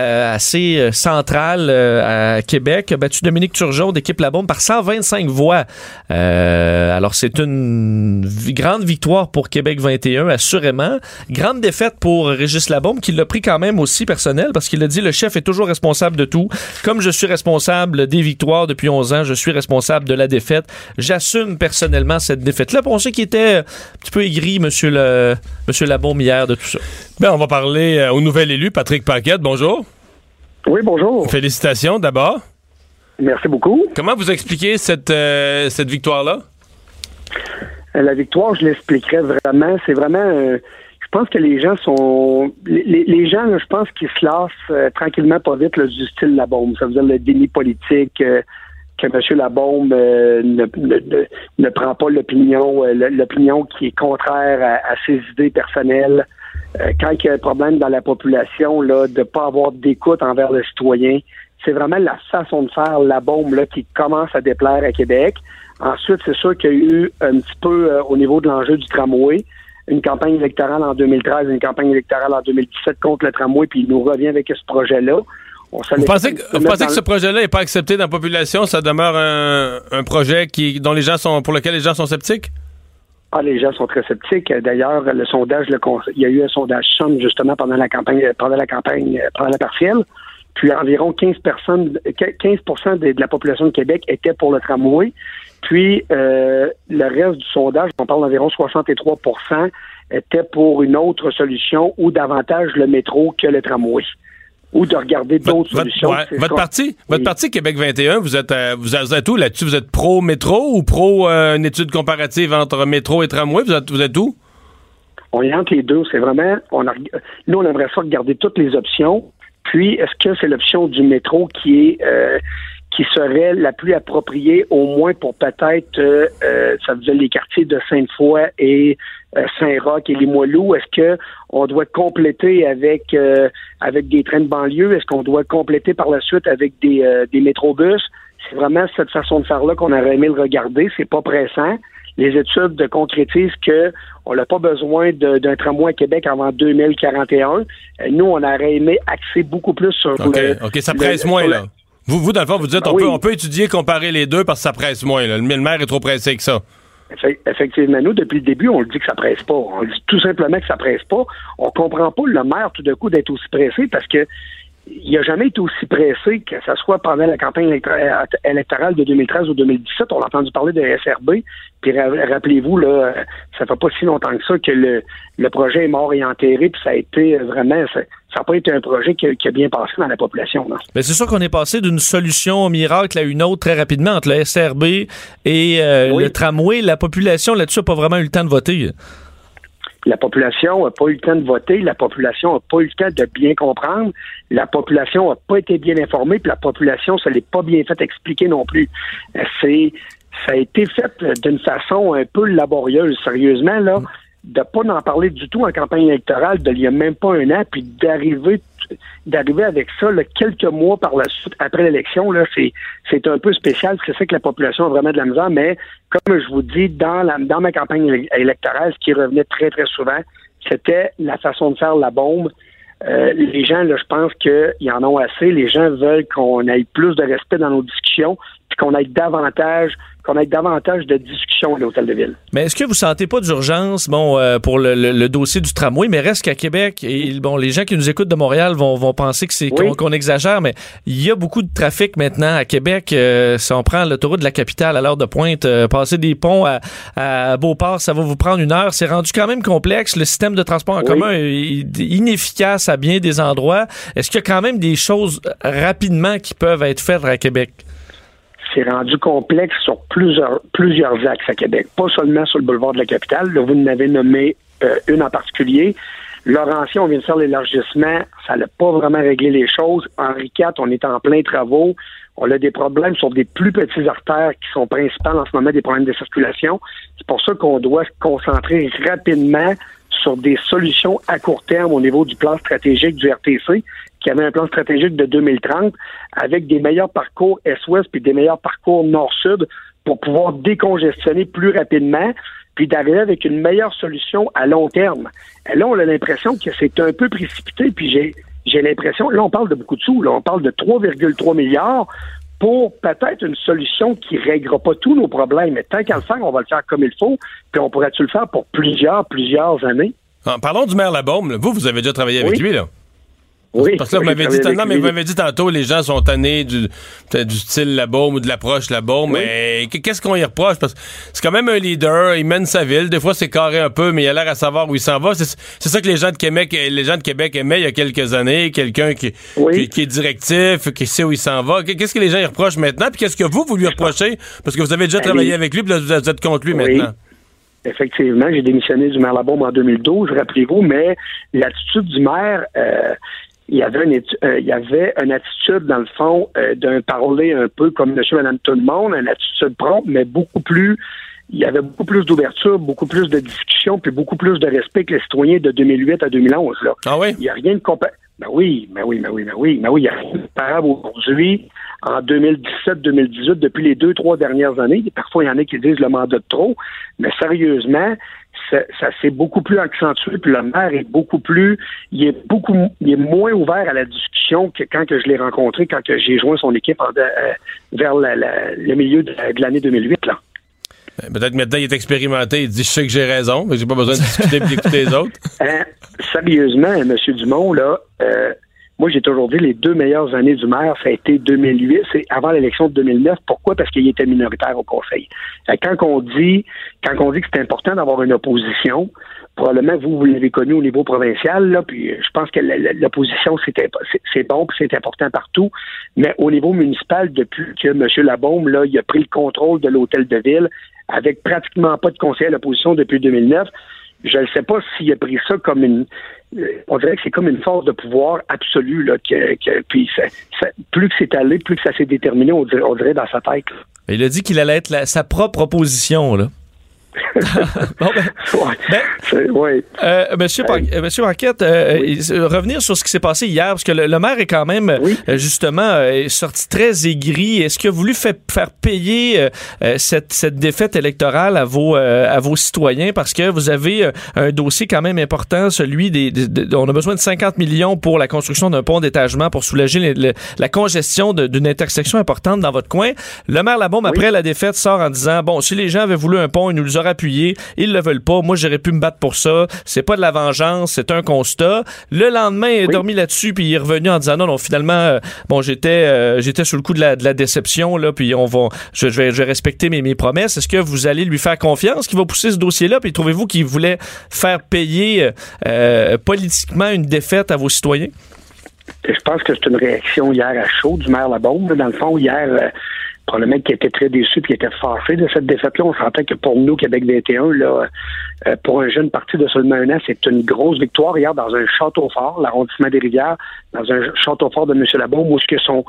central à Québec, a battu Dominique Turgeon d'équipe La Bombe par 125 voix. Alors, c'est une grande victoire pour Québec 21, assurément. Grande défaite pour Régis Labombe, qui l'a pris quand même aussi personnel, parce qu'il a dit « Le chef est toujours responsable de tout. Comme je suis responsable des victoires depuis 11 ans, je suis responsable de la défaite. J'assume personnellement cette défaite-là. » On sait qu'il était un petit peu aigri, Monsieur Labombe, hier, de tout ça. On va parler au nouvel élu, Patrick Paquette. Bonjour. Oui, bonjour. Félicitations, d'abord. Merci beaucoup. Comment vous expliquez cette victoire-là? La victoire, je l'expliquerais vraiment. C'est vraiment... je pense que les gens sont... Les gens, là, je pense qu'ils se lassent tranquillement pas vite là, du style Labombe. Ça veut dire le déni politique, que M. Labombe ne prend pas l'opinion qui est contraire à ses idées personnelles. Quand il y a un problème dans la population, là, de ne pas avoir d'écoute envers le citoyen, c'est vraiment la façon de faire Labombe là, qui commence à déplaire à Québec. Ensuite, c'est sûr qu'il y a eu un petit peu au niveau de l'enjeu du tramway, une campagne électorale en 2013, une campagne électorale en 2017 contre le tramway, puis il nous revient avec ce projet-là. Vous pensez que ce projet-là n'est pas accepté dans la population? Ça demeure un projet pour lequel les gens sont sceptiques? Ah, les gens sont très sceptiques. D'ailleurs, le sondage, il y a eu un sondage Chum justement pendant la partielle. Puis environ 15% de la population de Québec était pour le tramway. Puis le reste du sondage, on parle d'environ 63%, était pour une autre solution ou davantage le métro que le tramway. Ou de regarder d'autres solutions. Votre parti Québec 21, vous êtes où là-dessus? Vous êtes pro-métro ou pro une étude comparative entre métro et tramway? Vous êtes où? On est entre les deux. C'est vraiment... Nous, on aimerait ça regarder toutes les options. Puis, est-ce que c'est l'option du métro qui serait la plus appropriée, au moins pour peut-être, ça veut dire les quartiers de Sainte-Foy et Saint-Roch et Limoilou? Est-ce que on doit compléter avec des trains de banlieue? Est-ce qu'on doit compléter par la suite avec des métrobus? C'est vraiment cette façon de faire-là qu'on aurait aimé le regarder. C'est pas pressant. Les études concrétisent qu'on n'a pas besoin d'un tramway à Québec avant 2041. Nous, on aurait aimé axer beaucoup plus sur OK, ça presse moins, là. Vous, dans le fond, vous dites on peut étudier, comparer les deux parce que ça presse moins. Là. Le maire est trop pressé que ça. Effectivement, nous, depuis le début, on le dit que ça presse pas. On dit tout simplement que ça presse pas. On comprend pas le maire, tout d'un coup, d'être aussi pressé parce que il n'a jamais été aussi pressé, que ce soit pendant la campagne électorale de 2013 ou 2017. On a entendu parler de SRB. Puis rappelez-vous, là, ça fait pas si longtemps que ça que le projet est mort et enterré. Puis ça a été vraiment... Ça n'a pas été un projet qui a bien passé dans la population. Non? Mais c'est sûr qu'on est passé d'une solution miracle à une autre très rapidement entre le SRB et le tramway. La population, là-dessus, n'a pas vraiment eu le temps de voter. La population n'a pas eu le temps de voter, la population n'a pas eu le temps de bien comprendre, la population n'a pas été bien informée, puis la population, ça ne l'est pas bien fait expliquer non plus. Ça a été fait d'une façon un peu laborieuse, sérieusement, là, de pas en parler du tout en campagne électorale, il n'y a même pas un an, puis d'arriver avec ça là, quelques mois par la suite, après l'élection, là, c'est un peu spécial, parce que c'est que la population a vraiment de la misère, mais comme je vous dis, dans ma campagne électorale, ce qui revenait très, très souvent, c'était la façon de faire la bombe. Les gens, là, je pense qu'ils en ont assez. Les gens veulent qu'on ait plus de respect dans nos discussions, puis qu'on ait davantage de discussions à l'Hôtel de Ville. Mais est-ce que vous sentez pas d'urgence, pour le dossier du tramway, mais reste qu'à Québec, et les gens qui nous écoutent de Montréal vont penser que qu'on exagère, mais il y a beaucoup de trafic maintenant à Québec. Si on prend l'autoroute de la capitale à l'heure de pointe, passer des ponts à Beauport, ça va vous prendre 1 heure. C'est rendu quand même complexe. Le système de transport en commun est inefficace à bien des endroits. Est-ce qu'il y a quand même des choses rapidement qui peuvent être faites à Québec? C'est rendu complexe sur plusieurs axes à Québec, pas seulement sur le boulevard de la capitale. Là, vous en avez nommé une en particulier. Laurentien, on vient de faire l'élargissement, ça n'a pas vraiment réglé les choses. Henri IV, on est en plein travaux. On a des problèmes sur des plus petits artères qui sont principales en ce moment, des problèmes de circulation. C'est pour ça qu'on doit se concentrer rapidement sur des solutions à court terme au niveau du plan stratégique du RTC, qui avait un plan stratégique de 2030 avec des meilleurs parcours Est-Ouest puis des meilleurs parcours Nord-Sud pour pouvoir décongestionner plus rapidement puis d'arriver avec une meilleure solution à long terme. Et là, on a l'impression que c'est un peu précipité, puis j'ai l'impression, là, on parle de beaucoup de sous, là, on parle de 3,3 milliards pour peut-être une solution qui ne réglera pas tous nos problèmes. Mais tant qu'à le faire, on va le faire comme il faut, puis on pourrait-tu le faire pour plusieurs années? Parlons du maire Labaume. Vous avez déjà travaillé avec lui, là? Oui. Parce que là, vous m'avez dit tantôt, les gens sont tannés du style Labaume ou de l'approche Labaume, mais qu'est-ce qu'on y reproche? Parce que c'est quand même un leader, il mène sa ville, des fois c'est carré un peu, mais il a l'air à savoir où il s'en va. C'est ça que les gens de Québec aimaient il y a quelques années, quelqu'un qui est directif, qui sait où il s'en va. Qu'est-ce que les gens y reprochent maintenant? Puis qu'est-ce que vous lui reprochez? Parce que vous avez déjà travaillé avec lui, puis là, vous êtes contre lui maintenant. Effectivement, j'ai démissionné du maire Labaume en 2012, rappelez-vous, mais l'attitude du maire... il y avait une attitude, dans le fond, d'un parler un peu comme monsieur, madame, tout le monde, une attitude prompte, mais il y avait beaucoup plus d'ouverture, beaucoup plus de discussion, puis beaucoup plus de respect que les citoyens de 2008 à 2011, là. Ah oui? Il n'y a rien de comparable. Il n'y a rien de comparable aujourd'hui, en 2017-2018, depuis les 2-3 dernières années. Parfois, il y en a qui disent le mandat de trop, mais sérieusement, ça s'est beaucoup plus accentué, puis le maire est il est moins ouvert à la discussion que quand que je l'ai rencontré, quand que j'ai joint son équipe vers le milieu de l'année 2008, là. Peut-être maintenant il est expérimenté, il dit je sais que j'ai raison, mais j'ai pas besoin de discuter et d'écouter les autres. Sérieusement, M. Dumont, là, moi j'ai toujours dit les 2 meilleures années du maire, ça a été 2008, c'est avant l'élection de 2009. Pourquoi? Parce qu'il était minoritaire au Conseil. Quand on dit que c'est important d'avoir une opposition, probablement vous l'avez connu au niveau provincial, là, puis je pense que l'opposition c'est bon, puis c'est important partout, mais au niveau municipal, depuis que M. Labaume, là, il a pris le contrôle de l'Hôtel de Ville, avec pratiquement pas de conseiller à l'opposition depuis 2009, je ne sais pas s'il a pris ça comme on dirait que c'est comme une force de pouvoir absolue, là, puis plus que c'est allé, plus que ça s'est déterminé, on dirait dans sa tête, là. Il a dit qu'il allait être sa propre opposition, là. Monsieur Paquette, revenir sur ce qui s'est passé hier, parce que le maire est quand même justement sorti très aigri. Est-ce qu'il a voulu faire payer cette défaite électorale à vos citoyens, parce que vous avez un dossier quand même important, celui on a besoin de 50 millions pour la construction d'un pont d'étagement pour soulager la congestion d'une intersection importante dans votre coin. Le maire Labaume, après la défaite, sort en disant si les gens avaient voulu un pont, ils nous auraient appuyé, ils le veulent pas, moi j'aurais pu me battre pour ça, c'est pas de la vengeance, c'est un constat. Le lendemain, il est dormi là-dessus, puis il est revenu en disant non, finalement, j'étais sous le coup de la déception, là, puis je vais respecter mes promesses. Est-ce que vous allez lui faire confiance qu'il va pousser ce dossier-là, puis trouvez-vous qu'il voulait faire payer politiquement une défaite à vos citoyens? Je pense que c'est une réaction hier à chaud du maire Labaume. Dans le fond, hier, probablement qu'il était très déçu et qu'il était fâché de cette défaite-là. On sentait que pour nous, Québec 21, là, pour un jeune parti de seulement 1 an, c'est une grosse victoire hier dans un château fort, l'arrondissement des Rivières, dans un château fort de M. Labaume, où ce que son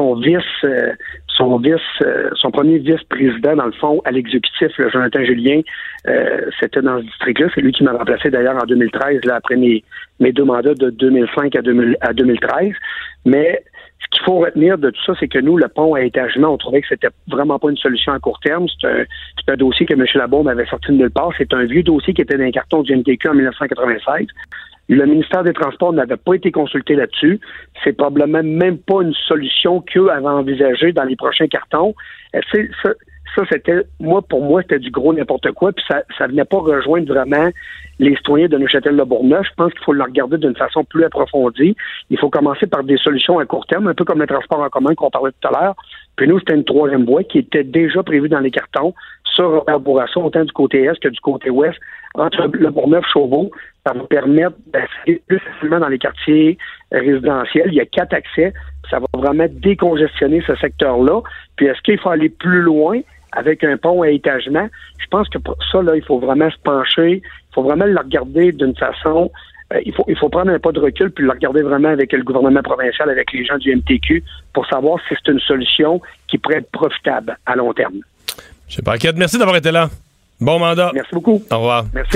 premier vice-président, dans le fond, à l'exécutif, le Jonathan Julien, c'était dans ce district-là. C'est lui qui m'a remplacé d'ailleurs en 2013, là, après mes 2 mandats de 2005 à 2013. Mais Ce qu'il faut retenir de tout ça, c'est que nous, le pont à étagement, on trouvait que c'était vraiment pas une solution à court terme. C'est un dossier que M. Labaume avait sorti de nulle part. C'est un vieux dossier qui était dans les cartons du MTQ en 1996. Le ministère des Transports n'avait pas été consulté là-dessus. C'est probablement même pas une solution qu'eux avaient envisagée dans les prochains cartons. Ça, c'était, pour moi, c'était du gros n'importe quoi, puis ça venait pas rejoindre vraiment les citoyens de Neuchâtel-le-Bourgneuf. Je pense qu'il faut le regarder d'une façon plus approfondie. Il faut commencer par des solutions à court terme, un peu comme le transport en commun qu'on parlait tout à l'heure. Puis nous, c'était une troisième voie qui était déjà prévue dans les cartons sur Robert Bourassa, autant du côté est que du côté ouest, entre le Bourgneuf-Chauveau. Ça va permettre d'accéder plus facilement dans les quartiers résidentiels. Il y a 4 accès. Ça va vraiment décongestionner ce secteur-là. Puis est-ce qu'il faut aller plus loin avec un pont à étagement? Je pense que pour ça, là, il faut vraiment se pencher. Il faut vraiment le regarder d'une façon... Il faut prendre un pas de recul puis le regarder vraiment avec le gouvernement provincial, avec les gens du MTQ, pour savoir si c'est une solution qui pourrait être profitable à long terme. Je sais pas, Paquette, merci d'avoir été là. Bon mandat. Merci beaucoup. Au revoir. Merci.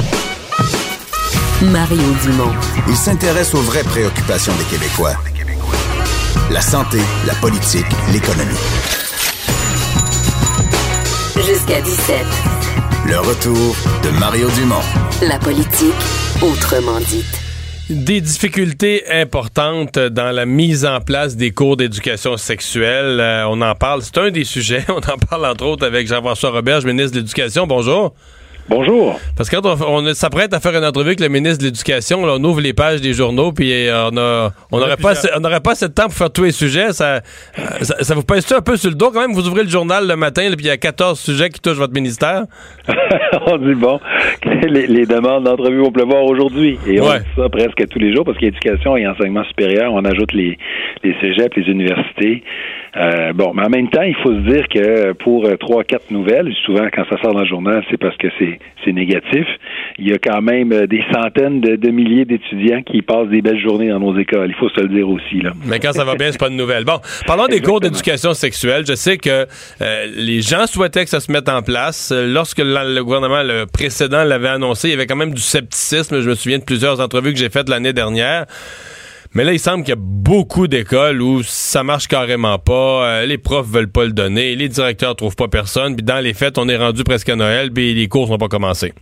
Mario Dumont. Il s'intéresse aux vraies préoccupations des Québécois. La santé, la politique, l'économie. Jusqu'à 17. Le retour de Mario Dumont. La politique, autrement dite. Des difficultés importantes dans la mise en place des cours d'éducation sexuelle. On en parle, c'est un des sujets. On en parle entre autres avec Jean-François Roberge, ministre de l'Éducation. Bonjour. Bonjour. Parce que quand on s'apprête à faire une entrevue avec le ministre de l'Éducation, là, on ouvre les pages des journaux, puis on n'aurait pas assez de temps pour faire tous les sujets. Ça vous pèse-tu un peu sur le dos quand même? Vous ouvrez le journal le matin, puis il y a 14 sujets qui touchent votre ministère. On dit bon, les demandes d'entrevue vont pleuvoir aujourd'hui. Et on dit ça presque tous les jours, parce qu'éducation et enseignement supérieur, on ajoute les cégeps, les universités. Mais en même temps, il faut se dire que pour 3-4 nouvelles, souvent quand ça sort dans le journal, c'est parce que c'est négatif. Il y a quand même des centaines de milliers d'étudiants qui passent des belles journées dans nos écoles. Il faut se le dire aussi, là. Mais quand ça va bien, c'est pas de nouvelles. Bon, parlons des cours d'éducation sexuelle. Je sais que les gens souhaitaient que ça se mette en place. Lorsque le gouvernement le précédent l'avait annoncé, il y avait quand même du scepticisme. Je me souviens de plusieurs entrevues que j'ai faites l'année dernière. Mais là, il semble qu'il y a beaucoup d'écoles où ça marche carrément pas, les profs veulent pas le donner, les directeurs trouvent pas personne, puis dans les fêtes, on est rendu presque à Noël, puis les cours n'ont pas commencé.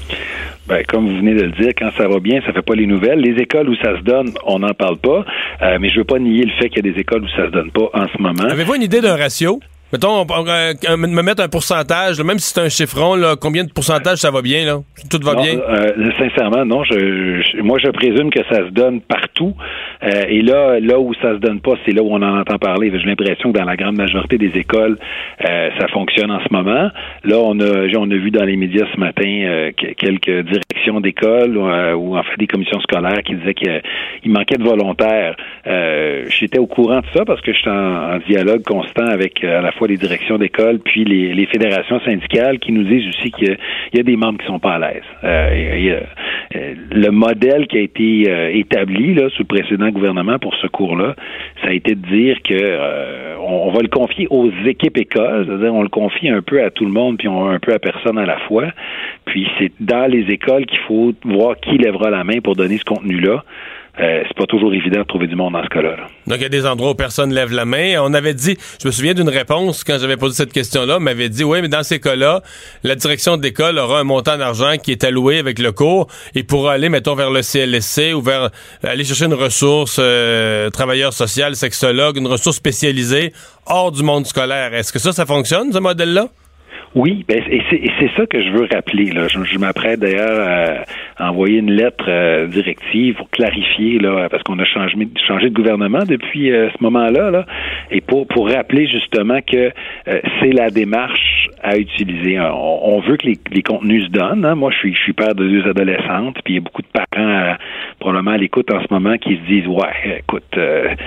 Ben, comme vous venez de le dire, quand ça va bien, ça fait pas les nouvelles. Les écoles où ça se donne, on n'en parle pas, mais je veux pas nier le fait qu'il y a des écoles où ça se donne pas en ce moment. Avez-vous une idée d'un ratio? Mettons, me mettre un pourcentage, là, même si c'est un chiffron, là, combien de pourcentage ça va bien, là? Tout va bien? Sincèrement, non. Moi, je présume que ça se donne partout. Et là où ça se donne pas, c'est là où on en entend parler. J'ai l'impression que dans la grande majorité des écoles, ça fonctionne en ce moment. Là, on a vu dans les médias ce matin quelques directions d'écoles ou en fait des commissions scolaires qui disaient qu'il manquait de volontaires. J'étais au courant de ça parce que j'étais en dialogue constant avec à la fois les directions d'école puis les fédérations syndicales qui nous disent aussi qu'il y a des membres qui sont pas à l'aise. Le modèle qui a été établi là sous le précédent gouvernement pour ce cours-là, ça a été de dire que on va le confier aux équipes écoles, c'est-à-dire on le confie un peu à tout le monde puis un peu à personne à la fois. Puis c'est dans les écoles qu'il faut voir qui lèvera la main pour donner ce contenu-là. C'est pas toujours évident de trouver du monde dans ce cas-là. Donc, il y a des endroits où personne lève la main. On avait dit, je me souviens d'une réponse quand j'avais posé cette question-là, on m'avait dit, oui, mais dans ces cas-là, la direction de l'école aura un montant d'argent qui est alloué avec le cours et pourra aller, mettons, vers le CLSC ou vers aller chercher une ressource, travailleur social, sexologue, une ressource spécialisée hors du monde scolaire. Est-ce que ça fonctionne, ce modèle-là? Oui, et c'est ça que je veux rappeler. Là. Je m'apprête d'ailleurs à envoyer une lettre directive pour clarifier, là, parce qu'on a changé de gouvernement depuis ce moment-là, là, et pour rappeler justement que c'est la démarche à utiliser. On veut que les contenus se donnent. Hein. Moi, je suis père de 2 adolescentes, puis il y a beaucoup de parents probablement à l'écoute en ce moment qui se disent ouais, écoute,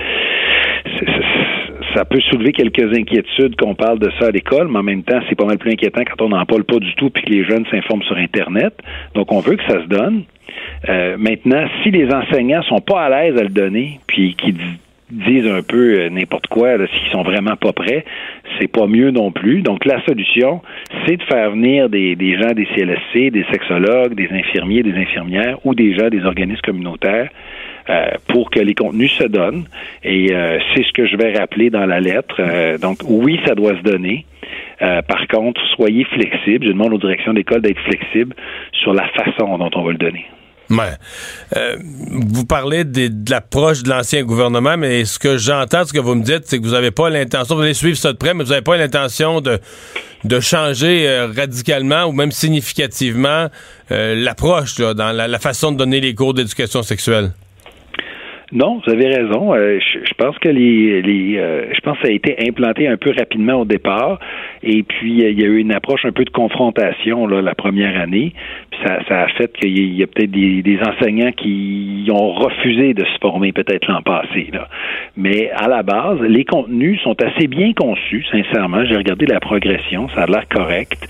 ça peut soulever quelques inquiétudes qu'on parle de ça à l'école, mais en même temps, c'est pas mal plus inquiétant quand on n'en parle pas du tout puis que les jeunes s'informent sur Internet. Donc, on veut que ça se donne. Maintenant, si les enseignants sont pas à l'aise à le donner puis qui disent un peu n'importe quoi, là, s'ils sont vraiment pas prêts, c'est pas mieux non plus. Donc, la solution, c'est de faire venir des gens des CLSC, des sexologues, des infirmiers, des infirmières ou des gens des organismes communautaires pour que les contenus se donnent. Et c'est ce que je vais rappeler dans la lettre. Donc, oui, ça doit se donner. Par contre, soyez flexibles. Je demande aux directions d'école d'être flexibles sur la façon dont on va le donner. Ouais. Vous parlez de l'approche de l'ancien gouvernement, mais ce que j'entends, ce que vous me dites, c'est que vous n'avez pas l'intention, vous allez suivre ça de près, mais vous n'avez pas l'intention de changer radicalement ou même significativement l'approche là, dans la façon de donner les cours d'éducation sexuelle. Non, vous avez raison. Je pense que je pense que ça a été implanté un peu rapidement au départ, et puis il y a eu une approche un peu de confrontation là la première année. Puis ça a fait qu'il y a peut-être des enseignants qui ont refusé de se former peut-être l'an passé là. Mais à la base, les contenus sont assez bien conçus. Sincèrement, j'ai regardé la progression, ça a l'air correct.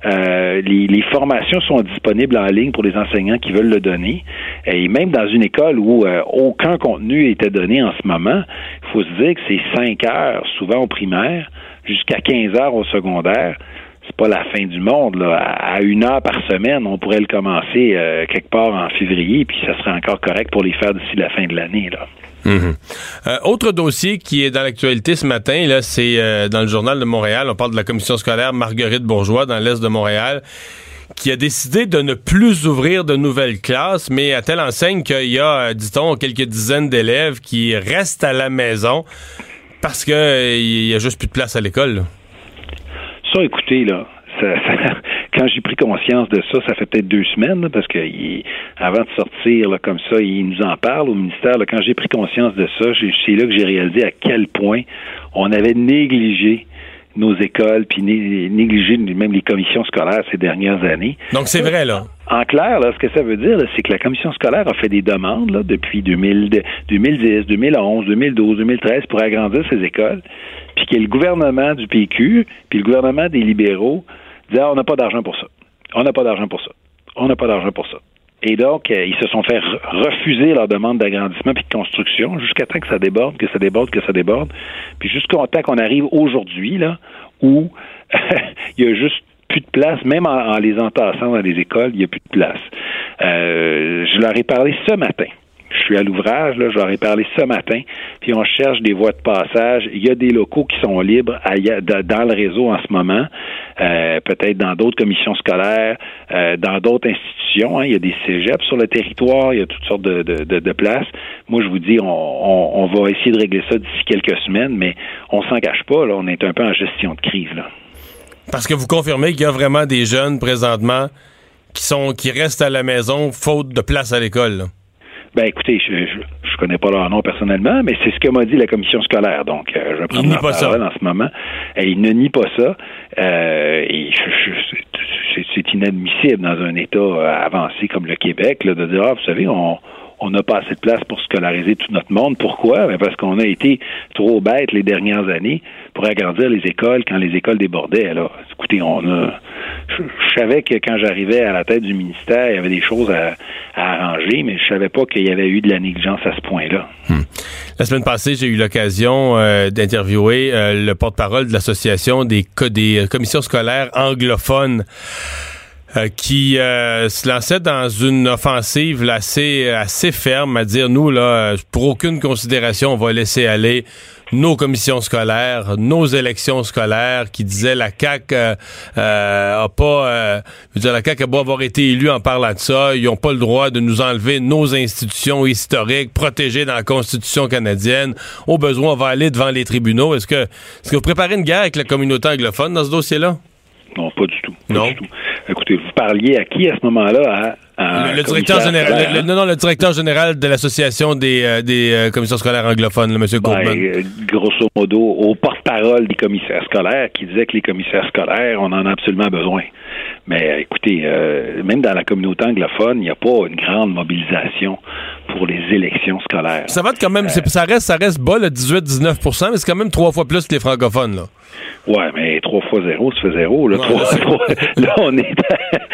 Les formations sont disponibles en ligne pour les enseignants qui veulent le donner. Et même dans une école où aucun contenu était donné en ce moment, il faut se dire que c'est 5 heures, souvent au primaire, jusqu'à 15 heures au secondaire. C'est pas la fin du monde, là. À 1 heure par semaine, on pourrait le commencer quelque part en février, puis ça serait encore correct pour les faire d'ici la fin de l'année, là. Mm-hmm. Autre dossier qui est dans l'actualité ce matin, là, c'est dans le Journal de Montréal. On parle de la commission scolaire Marguerite Bourgeois dans l'est de Montréal, qui a décidé de ne plus ouvrir de nouvelles classes, mais à telle enseigne qu'il y a, dit-on, quelques dizaines d'élèves qui restent à la maison parce qu'il y a juste plus de place à l'école. Là. Ça, écoutez, là, quand j'ai pris conscience de ça, ça fait peut-être 2 semaines, là, parce que avant de sortir là, comme ça, il nous en parle au ministère. Là, quand j'ai pris conscience de ça, c'est là que j'ai réalisé à quel point on avait négligé nos écoles, puis négligé même les commissions scolaires ces dernières années. Donc, c'est vrai, là. En clair, là, ce que ça veut dire, là, c'est que la commission scolaire a fait des demandes là, depuis 2010, 2011, 2012, 2013 pour agrandir ces écoles, puis que le gouvernement du PQ, puis le gouvernement des libéraux disaient on n'a pas d'argent pour ça. On n'a pas d'argent pour ça. On n'a pas d'argent pour ça. Et donc, ils se sont fait refuser leur demande d'agrandissement puis de construction jusqu'à temps que ça déborde, que ça déborde, que ça déborde. Puis jusqu'au temps qu'on arrive aujourd'hui, là, où il y a juste plus de place, même en les entassant dans les écoles, il n'y a plus de place. Je leur ai parlé ce matin. Je suis à l'ouvrage, là, je leur ai parlé ce matin, puis on cherche des voies de passage. Il y a des locaux qui sont libres dans le réseau en ce moment, peut-être dans d'autres commissions scolaires, dans d'autres institutions. Hein. Il y a des cégeps sur le territoire, il y a toutes sortes de places. Moi, je vous dis, on va essayer de régler ça d'ici quelques semaines, mais on s'en cache pas, là, on est un peu en gestion de crise, là. Parce que vous confirmez qu'il y a vraiment des jeunes présentement qui restent à la maison faute de place à l'école, là. Ben écoutez, je connais pas leur nom personnellement, mais c'est ce que m'a dit la commission scolaire. Donc, je vais prendre la parole en ce moment. Et il ne nie pas ça. Et c'est inadmissible dans un État avancé comme le Québec là, de dire vous savez, on n'a pas assez de place pour scolariser tout notre monde. Pourquoi? Ben parce qu'on a été trop bêtes les dernières années pour agrandir les écoles quand les écoles débordaient. Alors, écoutez, je savais que quand j'arrivais à la tête du ministère, il y avait des choses à arranger, mais je savais pas qu'il y avait eu de la négligence à ce point-là. La semaine passée, j'ai eu l'occasion d'interviewer le porte-parole de l'association des commissions scolaires anglophones qui se lançait dans une offensive là, assez ferme à dire, nous, là, pour aucune considération, on va laisser aller nos commissions scolaires, nos élections scolaires, qui disaient la CAQ la CAQ a beau avoir été élue en parlant de ça, ils n'ont pas le droit de nous enlever nos institutions historiques protégées dans la Constitution canadienne. Au besoin, on va aller devant les tribunaux. Est-ce que vous préparez une guerre avec la communauté anglophone dans ce dossier-là? Non, pas du tout. Pas du tout. Écoutez, vous parliez à qui à ce moment-là? Le directeur général, le directeur général de l'association des commissions scolaires anglophones, M. Goldman. Grosso modo, au porte-parole des commissaires scolaires qui disait que les commissaires scolaires, on en a absolument besoin. Mais écoutez, même dans la communauté anglophone, il n'y a pas une grande mobilisation pour les élections scolaires. Ça va être quand même, ça reste bas, le 18-19%, mais c'est quand même 3 fois plus que les francophones, là. Ouais, mais 3 fois 0, ça fait 0. Là, là on est à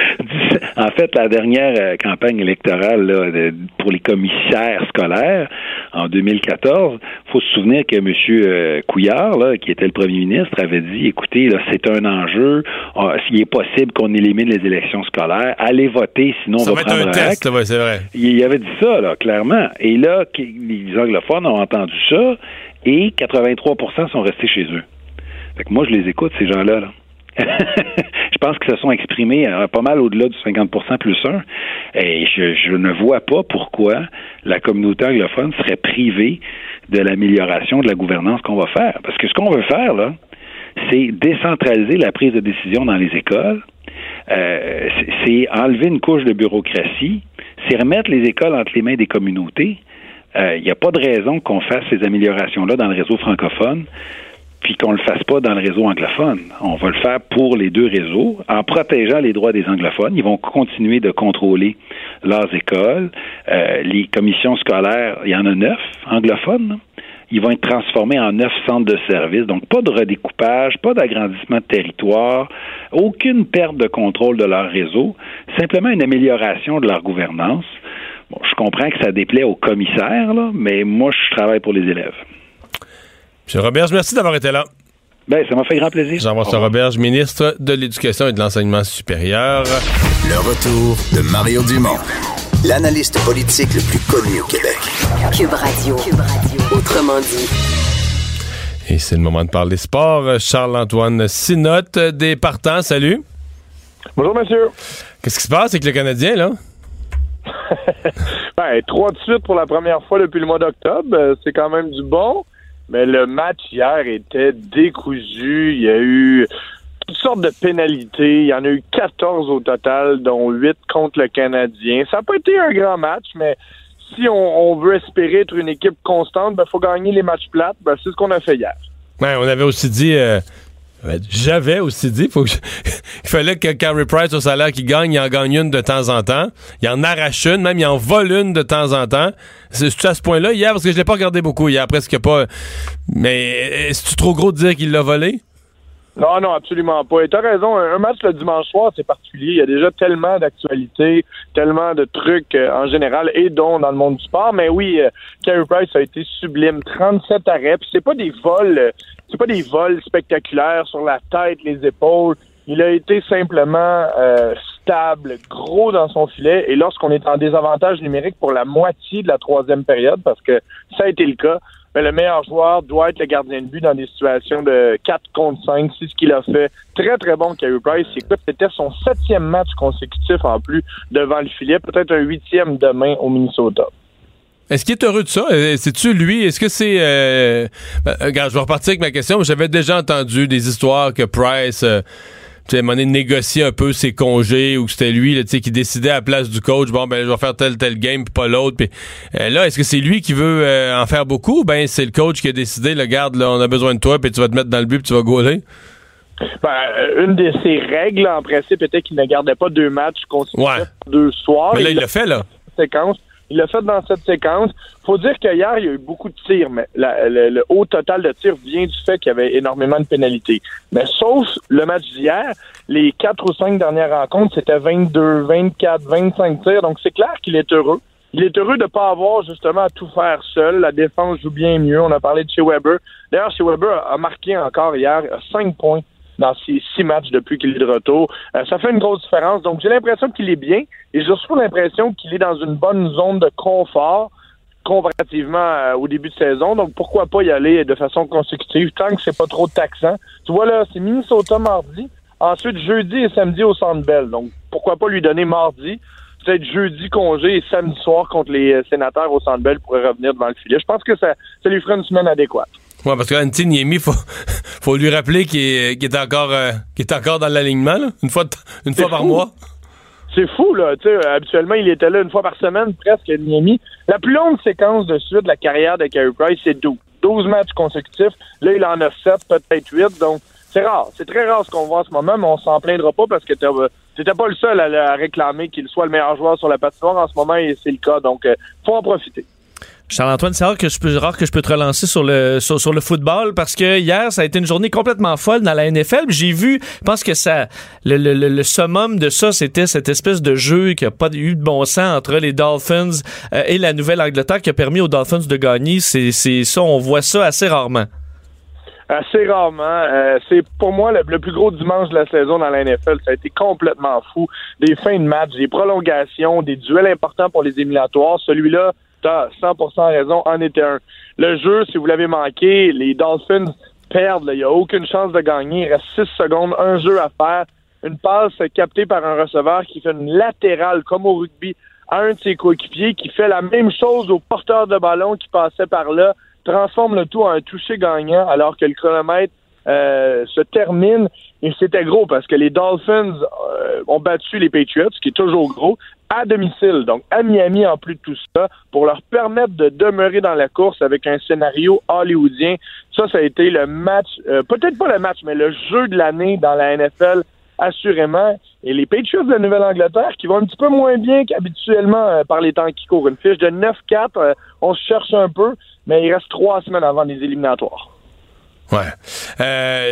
En fait, la dernière campagne électorale là, pour les commissaires scolaires en 2014, il faut se souvenir que M. Couillard, là, qui était le premier ministre, avait dit, écoutez, là, c'est un enjeu, s'il est possible qu'on élimine les élections scolaires, allez voter, sinon on va prendre un test. Ouais, c'est vrai. Il avait dit ça, là, clairement. Et là, les anglophones ont entendu ça et 83% sont restés chez eux. Fait que moi, je les écoute, ces gens-là, là. Je pense qu'ils se sont exprimés pas mal au-delà du 50% plus 1. Et je ne vois pas pourquoi la communauté anglophone serait privée de l'amélioration de la gouvernance qu'on va faire. Parce que ce qu'on veut faire, là, c'est décentraliser la prise de décision dans les écoles. C'est enlever une couche de bureaucratie. C'est remettre les écoles entre les mains des communautés. Il n'y a pas de raison qu'on fasse ces améliorations-là dans le réseau francophone puis qu'on le fasse pas dans le réseau anglophone. On va le faire pour les deux réseaux, en protégeant les droits des anglophones. Ils vont continuer de contrôler leurs écoles. Les commissions scolaires, il y en a 9 anglophones, là. Ils vont être transformés en 9 centres de services. Donc, pas de redécoupage, pas d'agrandissement de territoire, aucune perte de contrôle de leur réseau, simplement une amélioration de leur gouvernance. Bon, je comprends que ça déplaît aux commissaires, là, mais moi, je travaille pour les élèves. M. Roberge, merci d'avoir été là. Ben, ça m'a fait grand plaisir. Jean-François Roberge, ministre de l'Éducation et de l'Enseignement supérieur. Le retour de Mario Dumont, l'analyste politique le plus connu au Québec. Cube Radio. Autrement dit. Et c'est le moment de parler sport. Charles-Antoine Sinotte des Partants, salut. Bonjour, monsieur. Qu'est-ce qui se passe avec le Canadien, là? 3 de suite pour la première fois depuis le mois d'octobre. C'est quand même du bon. Mais le match hier était décousu. Il y a eu toutes sortes de pénalités. Il y en a eu 14 au total, dont 8 contre le Canadien. Ça n'a pas été un grand match, mais si on veut espérer être une équipe constante, il faut gagner les matchs plates. C'est ce qu'on a fait hier. Ouais, on avait aussi dit... J'avais aussi dit il fallait que Carey Price, au salaire qu'il gagne, il en gagne une de temps en temps. Il en arrache une, même il en vole une de temps en temps. C'est à ce point-là hier, parce que je l'ai pas regardé beaucoup hier, presque pas. Mais est-ce trop gros de dire qu'il l'a volé? Non, absolument pas. Et t'as raison, un match le dimanche soir, c'est particulier. Il y a déjà tellement d'actualités, tellement de trucs en général, et dont dans le monde du sport. Mais oui, Carey Price a été sublime. 37 arrêts, puis c'est pas des vols spectaculaires sur la tête, les épaules. Il a été simplement stable, gros dans son filet. Et lorsqu'on est en désavantage numérique pour la moitié de la troisième période, parce que ça a été le cas, mais le meilleur joueur doit être le gardien de but dans des situations de 4 contre 5. C'est ce qu'il a fait. Très, très bon, Carey Price. C'était son 7e match consécutif en plus devant le filet. Peut-être un 8e demain au Minnesota. Est-ce qu'il est heureux de ça? C'est-tu lui? Est-ce que c'est... regarde, je vais repartir avec ma question. J'avais déjà entendu des histoires que Price... à un moment donné, négocier un peu ses congés ou que c'était lui là, qui décidait à la place du coach, je vais faire tel game puis pas l'autre. Puis là, est-ce que c'est lui qui veut en faire beaucoup? Ben c'est le coach qui a décidé, regarde, là, on a besoin de toi puis tu vas te mettre dans le but puis tu vas goaler? Une de ses règles, en principe, était qu'il ne gardait pas 2 matchs consécutifs 2 soirs. Mais là, il l'a fait, là. Il l'a fait dans cette séquence. Faut dire qu'hier, il y a eu beaucoup de tirs, mais le haut total de tirs vient du fait qu'il y avait énormément de pénalités. Mais sauf le match d'hier, les 4 ou 5 dernières rencontres, c'était 22, 24, 25 tirs. Donc, c'est clair qu'il est heureux. Il est heureux de ne pas avoir justement à tout faire seul. La défense joue bien mieux. On a parlé de Shea Weber. D'ailleurs, Shea Weber a marqué encore hier 5 points dans ces 6 matchs depuis qu'il est de retour. Ça fait une grosse différence. Donc, j'ai l'impression qu'il est bien et j'ai surtout l'impression qu'il est dans une bonne zone de confort comparativement au début de saison. Donc, pourquoi pas y aller de façon consécutive tant que c'est pas trop taxant. Tu vois, là, c'est Minnesota mardi. Ensuite, jeudi et samedi au Centre Bell. Donc, pourquoi pas lui donner mardi, peut-être jeudi congé et samedi soir contre les Sénateurs au Centre Bell pour revenir devant le filet. Je pense que ça lui fera une semaine adéquate. Ouais, parce que Antti Niemi, faut lui rappeler qu'il est encore dans l'alignement, là, une fois par mois. C'est fou, là. Tu sais, habituellement, il était là une fois par semaine, presque, Niemi. La plus longue séquence de suite de la carrière de Carey Price, c'est 12 matchs consécutifs. Là, il en a 7, peut-être 8. Donc, c'est rare. C'est très rare ce qu'on voit en ce moment, mais on s'en plaindra pas parce que t'étais pas le seul à réclamer qu'il soit le meilleur joueur sur la patinoire en ce moment et c'est le cas. Donc, faut en profiter. Charles-Antoine, c'est rare que je peux te relancer sur le football parce que hier, ça a été une journée complètement folle dans la NFL. J'ai vu, je pense que ça, le summum de ça, c'était cette espèce de jeu qui n'a pas eu de bon sens entre les Dolphins et la Nouvelle-Angleterre qui a permis aux Dolphins de gagner. C'est ça, on voit ça assez rarement. Assez rarement. C'est pour moi le plus gros dimanche de la saison dans la NFL. Ça a été complètement fou. Des fins de match, des prolongations, des duels importants pour les éliminatoires. Celui-là, t'as 100% raison, en était un. Le jeu, si vous l'avez manqué, les Dolphins perdent. Il n'y a aucune chance de gagner. Il reste 6 secondes, un jeu à faire. Une passe captée par un receveur qui fait une latérale, comme au rugby, à un de ses coéquipiers, qui fait la même chose au porteur de ballon qui passait par là, transforme le tout en un toucher gagnant, alors que le chronomètre se termine. Et c'était gros, parce que les Dolphins ont battu les Patriots, ce qui est toujours gros, à domicile, donc à Miami en plus de tout ça, pour leur permettre de demeurer dans la course avec un scénario hollywoodien. Ça a été le match, peut-être pas le match, mais le jeu de l'année dans la NFL, assurément. Et les Patriots de la Nouvelle-Angleterre, qui vont un petit peu moins bien qu'habituellement par les temps qui courent. Une fiche de 9-4, on se cherche un peu, mais il reste 3 semaines avant les éliminatoires. Ouais.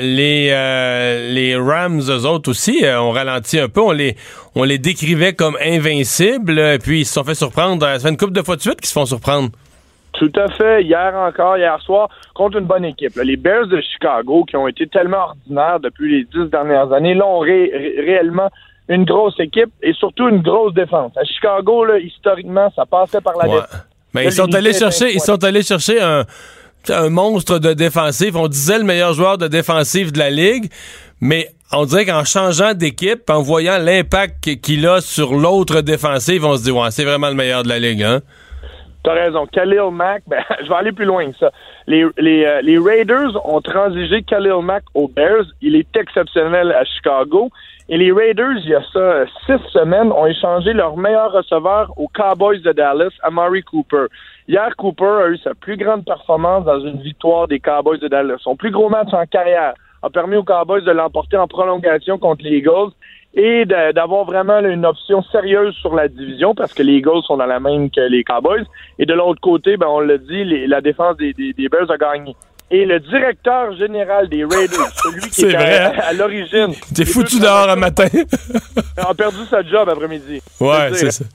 Les Rams, eux autres aussi, ont ralenti un peu. On les décrivait comme invincibles, puis ils se sont fait surprendre. Ça fait une couple de fois de suite qu'ils se font surprendre. Tout à fait. Hier soir, contre une bonne équipe. Là, les Bears de Chicago, qui ont été tellement ordinaires depuis les 10 dernières années, là, ont réellement une grosse équipe et surtout une grosse défense. À Chicago, là, historiquement, ça passait par la défense. Mais ils sont allés chercher un monstre de défensif. On disait le meilleur joueur de défensif de la Ligue, mais on dirait qu'en changeant d'équipe, en voyant l'impact qu'il a sur l'autre défensif, on se dit, ouais, c'est vraiment le meilleur de la Ligue, hein? T'as raison. Khalil Mack, je vais aller plus loin que ça. Les Raiders ont transigé Khalil Mack aux Bears. Il est exceptionnel à Chicago. Et les Raiders, il y a ça 6 semaines, ont échangé leur meilleur receveur aux Cowboys de Dallas, Amari Cooper. Hier, Cooper a eu sa plus grande performance dans une victoire des Cowboys de Dallas. Son plus gros match en carrière a permis aux Cowboys de l'emporter en prolongation contre les Eagles et d'avoir vraiment une option sérieuse sur la division parce que les Eagles sont dans la même que les Cowboys. Et de l'autre côté, on l'a dit, la défense des Bears a gagné. Et le directeur général des Raiders, celui qui était à l'origine... T'es foutu dehors un matin. a perdu sa job après-midi. Ouais, c'est ça.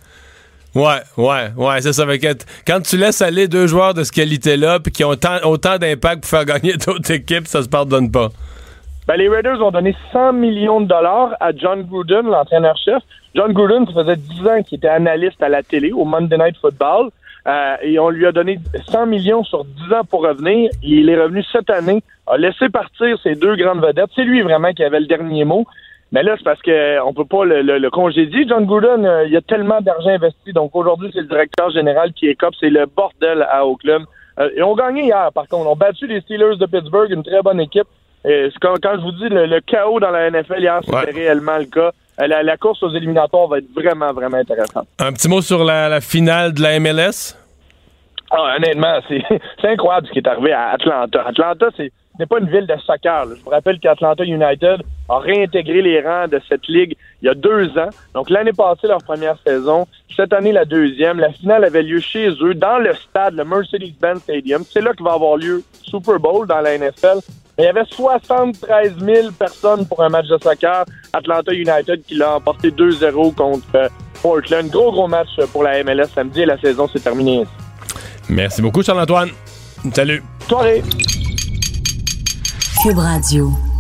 Ouais, c'est ça. Quand tu laisses aller 2 joueurs de ce qualité-là puis qui ont autant d'impact pour faire gagner d'autres équipes, ça se pardonne pas. Les Raiders ont donné $100 millions à John Gruden, l'entraîneur-chef. John Gruden, ça faisait 10 ans qu'il était analyste à la télé, au Monday Night Football. Et on lui a donné 100 millions sur 10 ans pour revenir. Il est revenu cette année, a laissé partir ses 2 grandes vedettes. C'est lui vraiment qui avait le dernier mot. Mais là, c'est parce qu'on peut pas le congédier. John Gruden, il y a tellement d'argent investi. Donc aujourd'hui, c'est le directeur général qui écope. C'est le bordel à Oakland. Et on gagnait hier, par contre. On a battu les Steelers de Pittsburgh, une très bonne équipe. Et c'est quand je vous dis, le chaos dans la NFL hier, c'était réellement le cas. La course aux éliminatoires va être vraiment, vraiment intéressante. Un petit mot sur la finale de la MLS? Honnêtement, c'est incroyable ce qui est arrivé à Atlanta. Atlanta, ce n'est pas une ville de soccer. Là. Je vous rappelle qu'Atlanta United a réintégré les rangs de cette ligue il y a 2 ans. Donc l'année passée, leur première saison. Cette année, la deuxième. La finale avait lieu chez eux, dans le stade, le Mercedes-Benz Stadium. C'est là qu'il va avoir lieu Super Bowl dans la NFL. Mais il y avait 73 000 personnes pour un match de soccer. Atlanta United qui l'a emporté 2-0 contre Portland. Gros match pour la MLS samedi et la saison s'est terminée ainsi. Merci beaucoup, Charles-Antoine. Salut. Soirée. Cube Radio.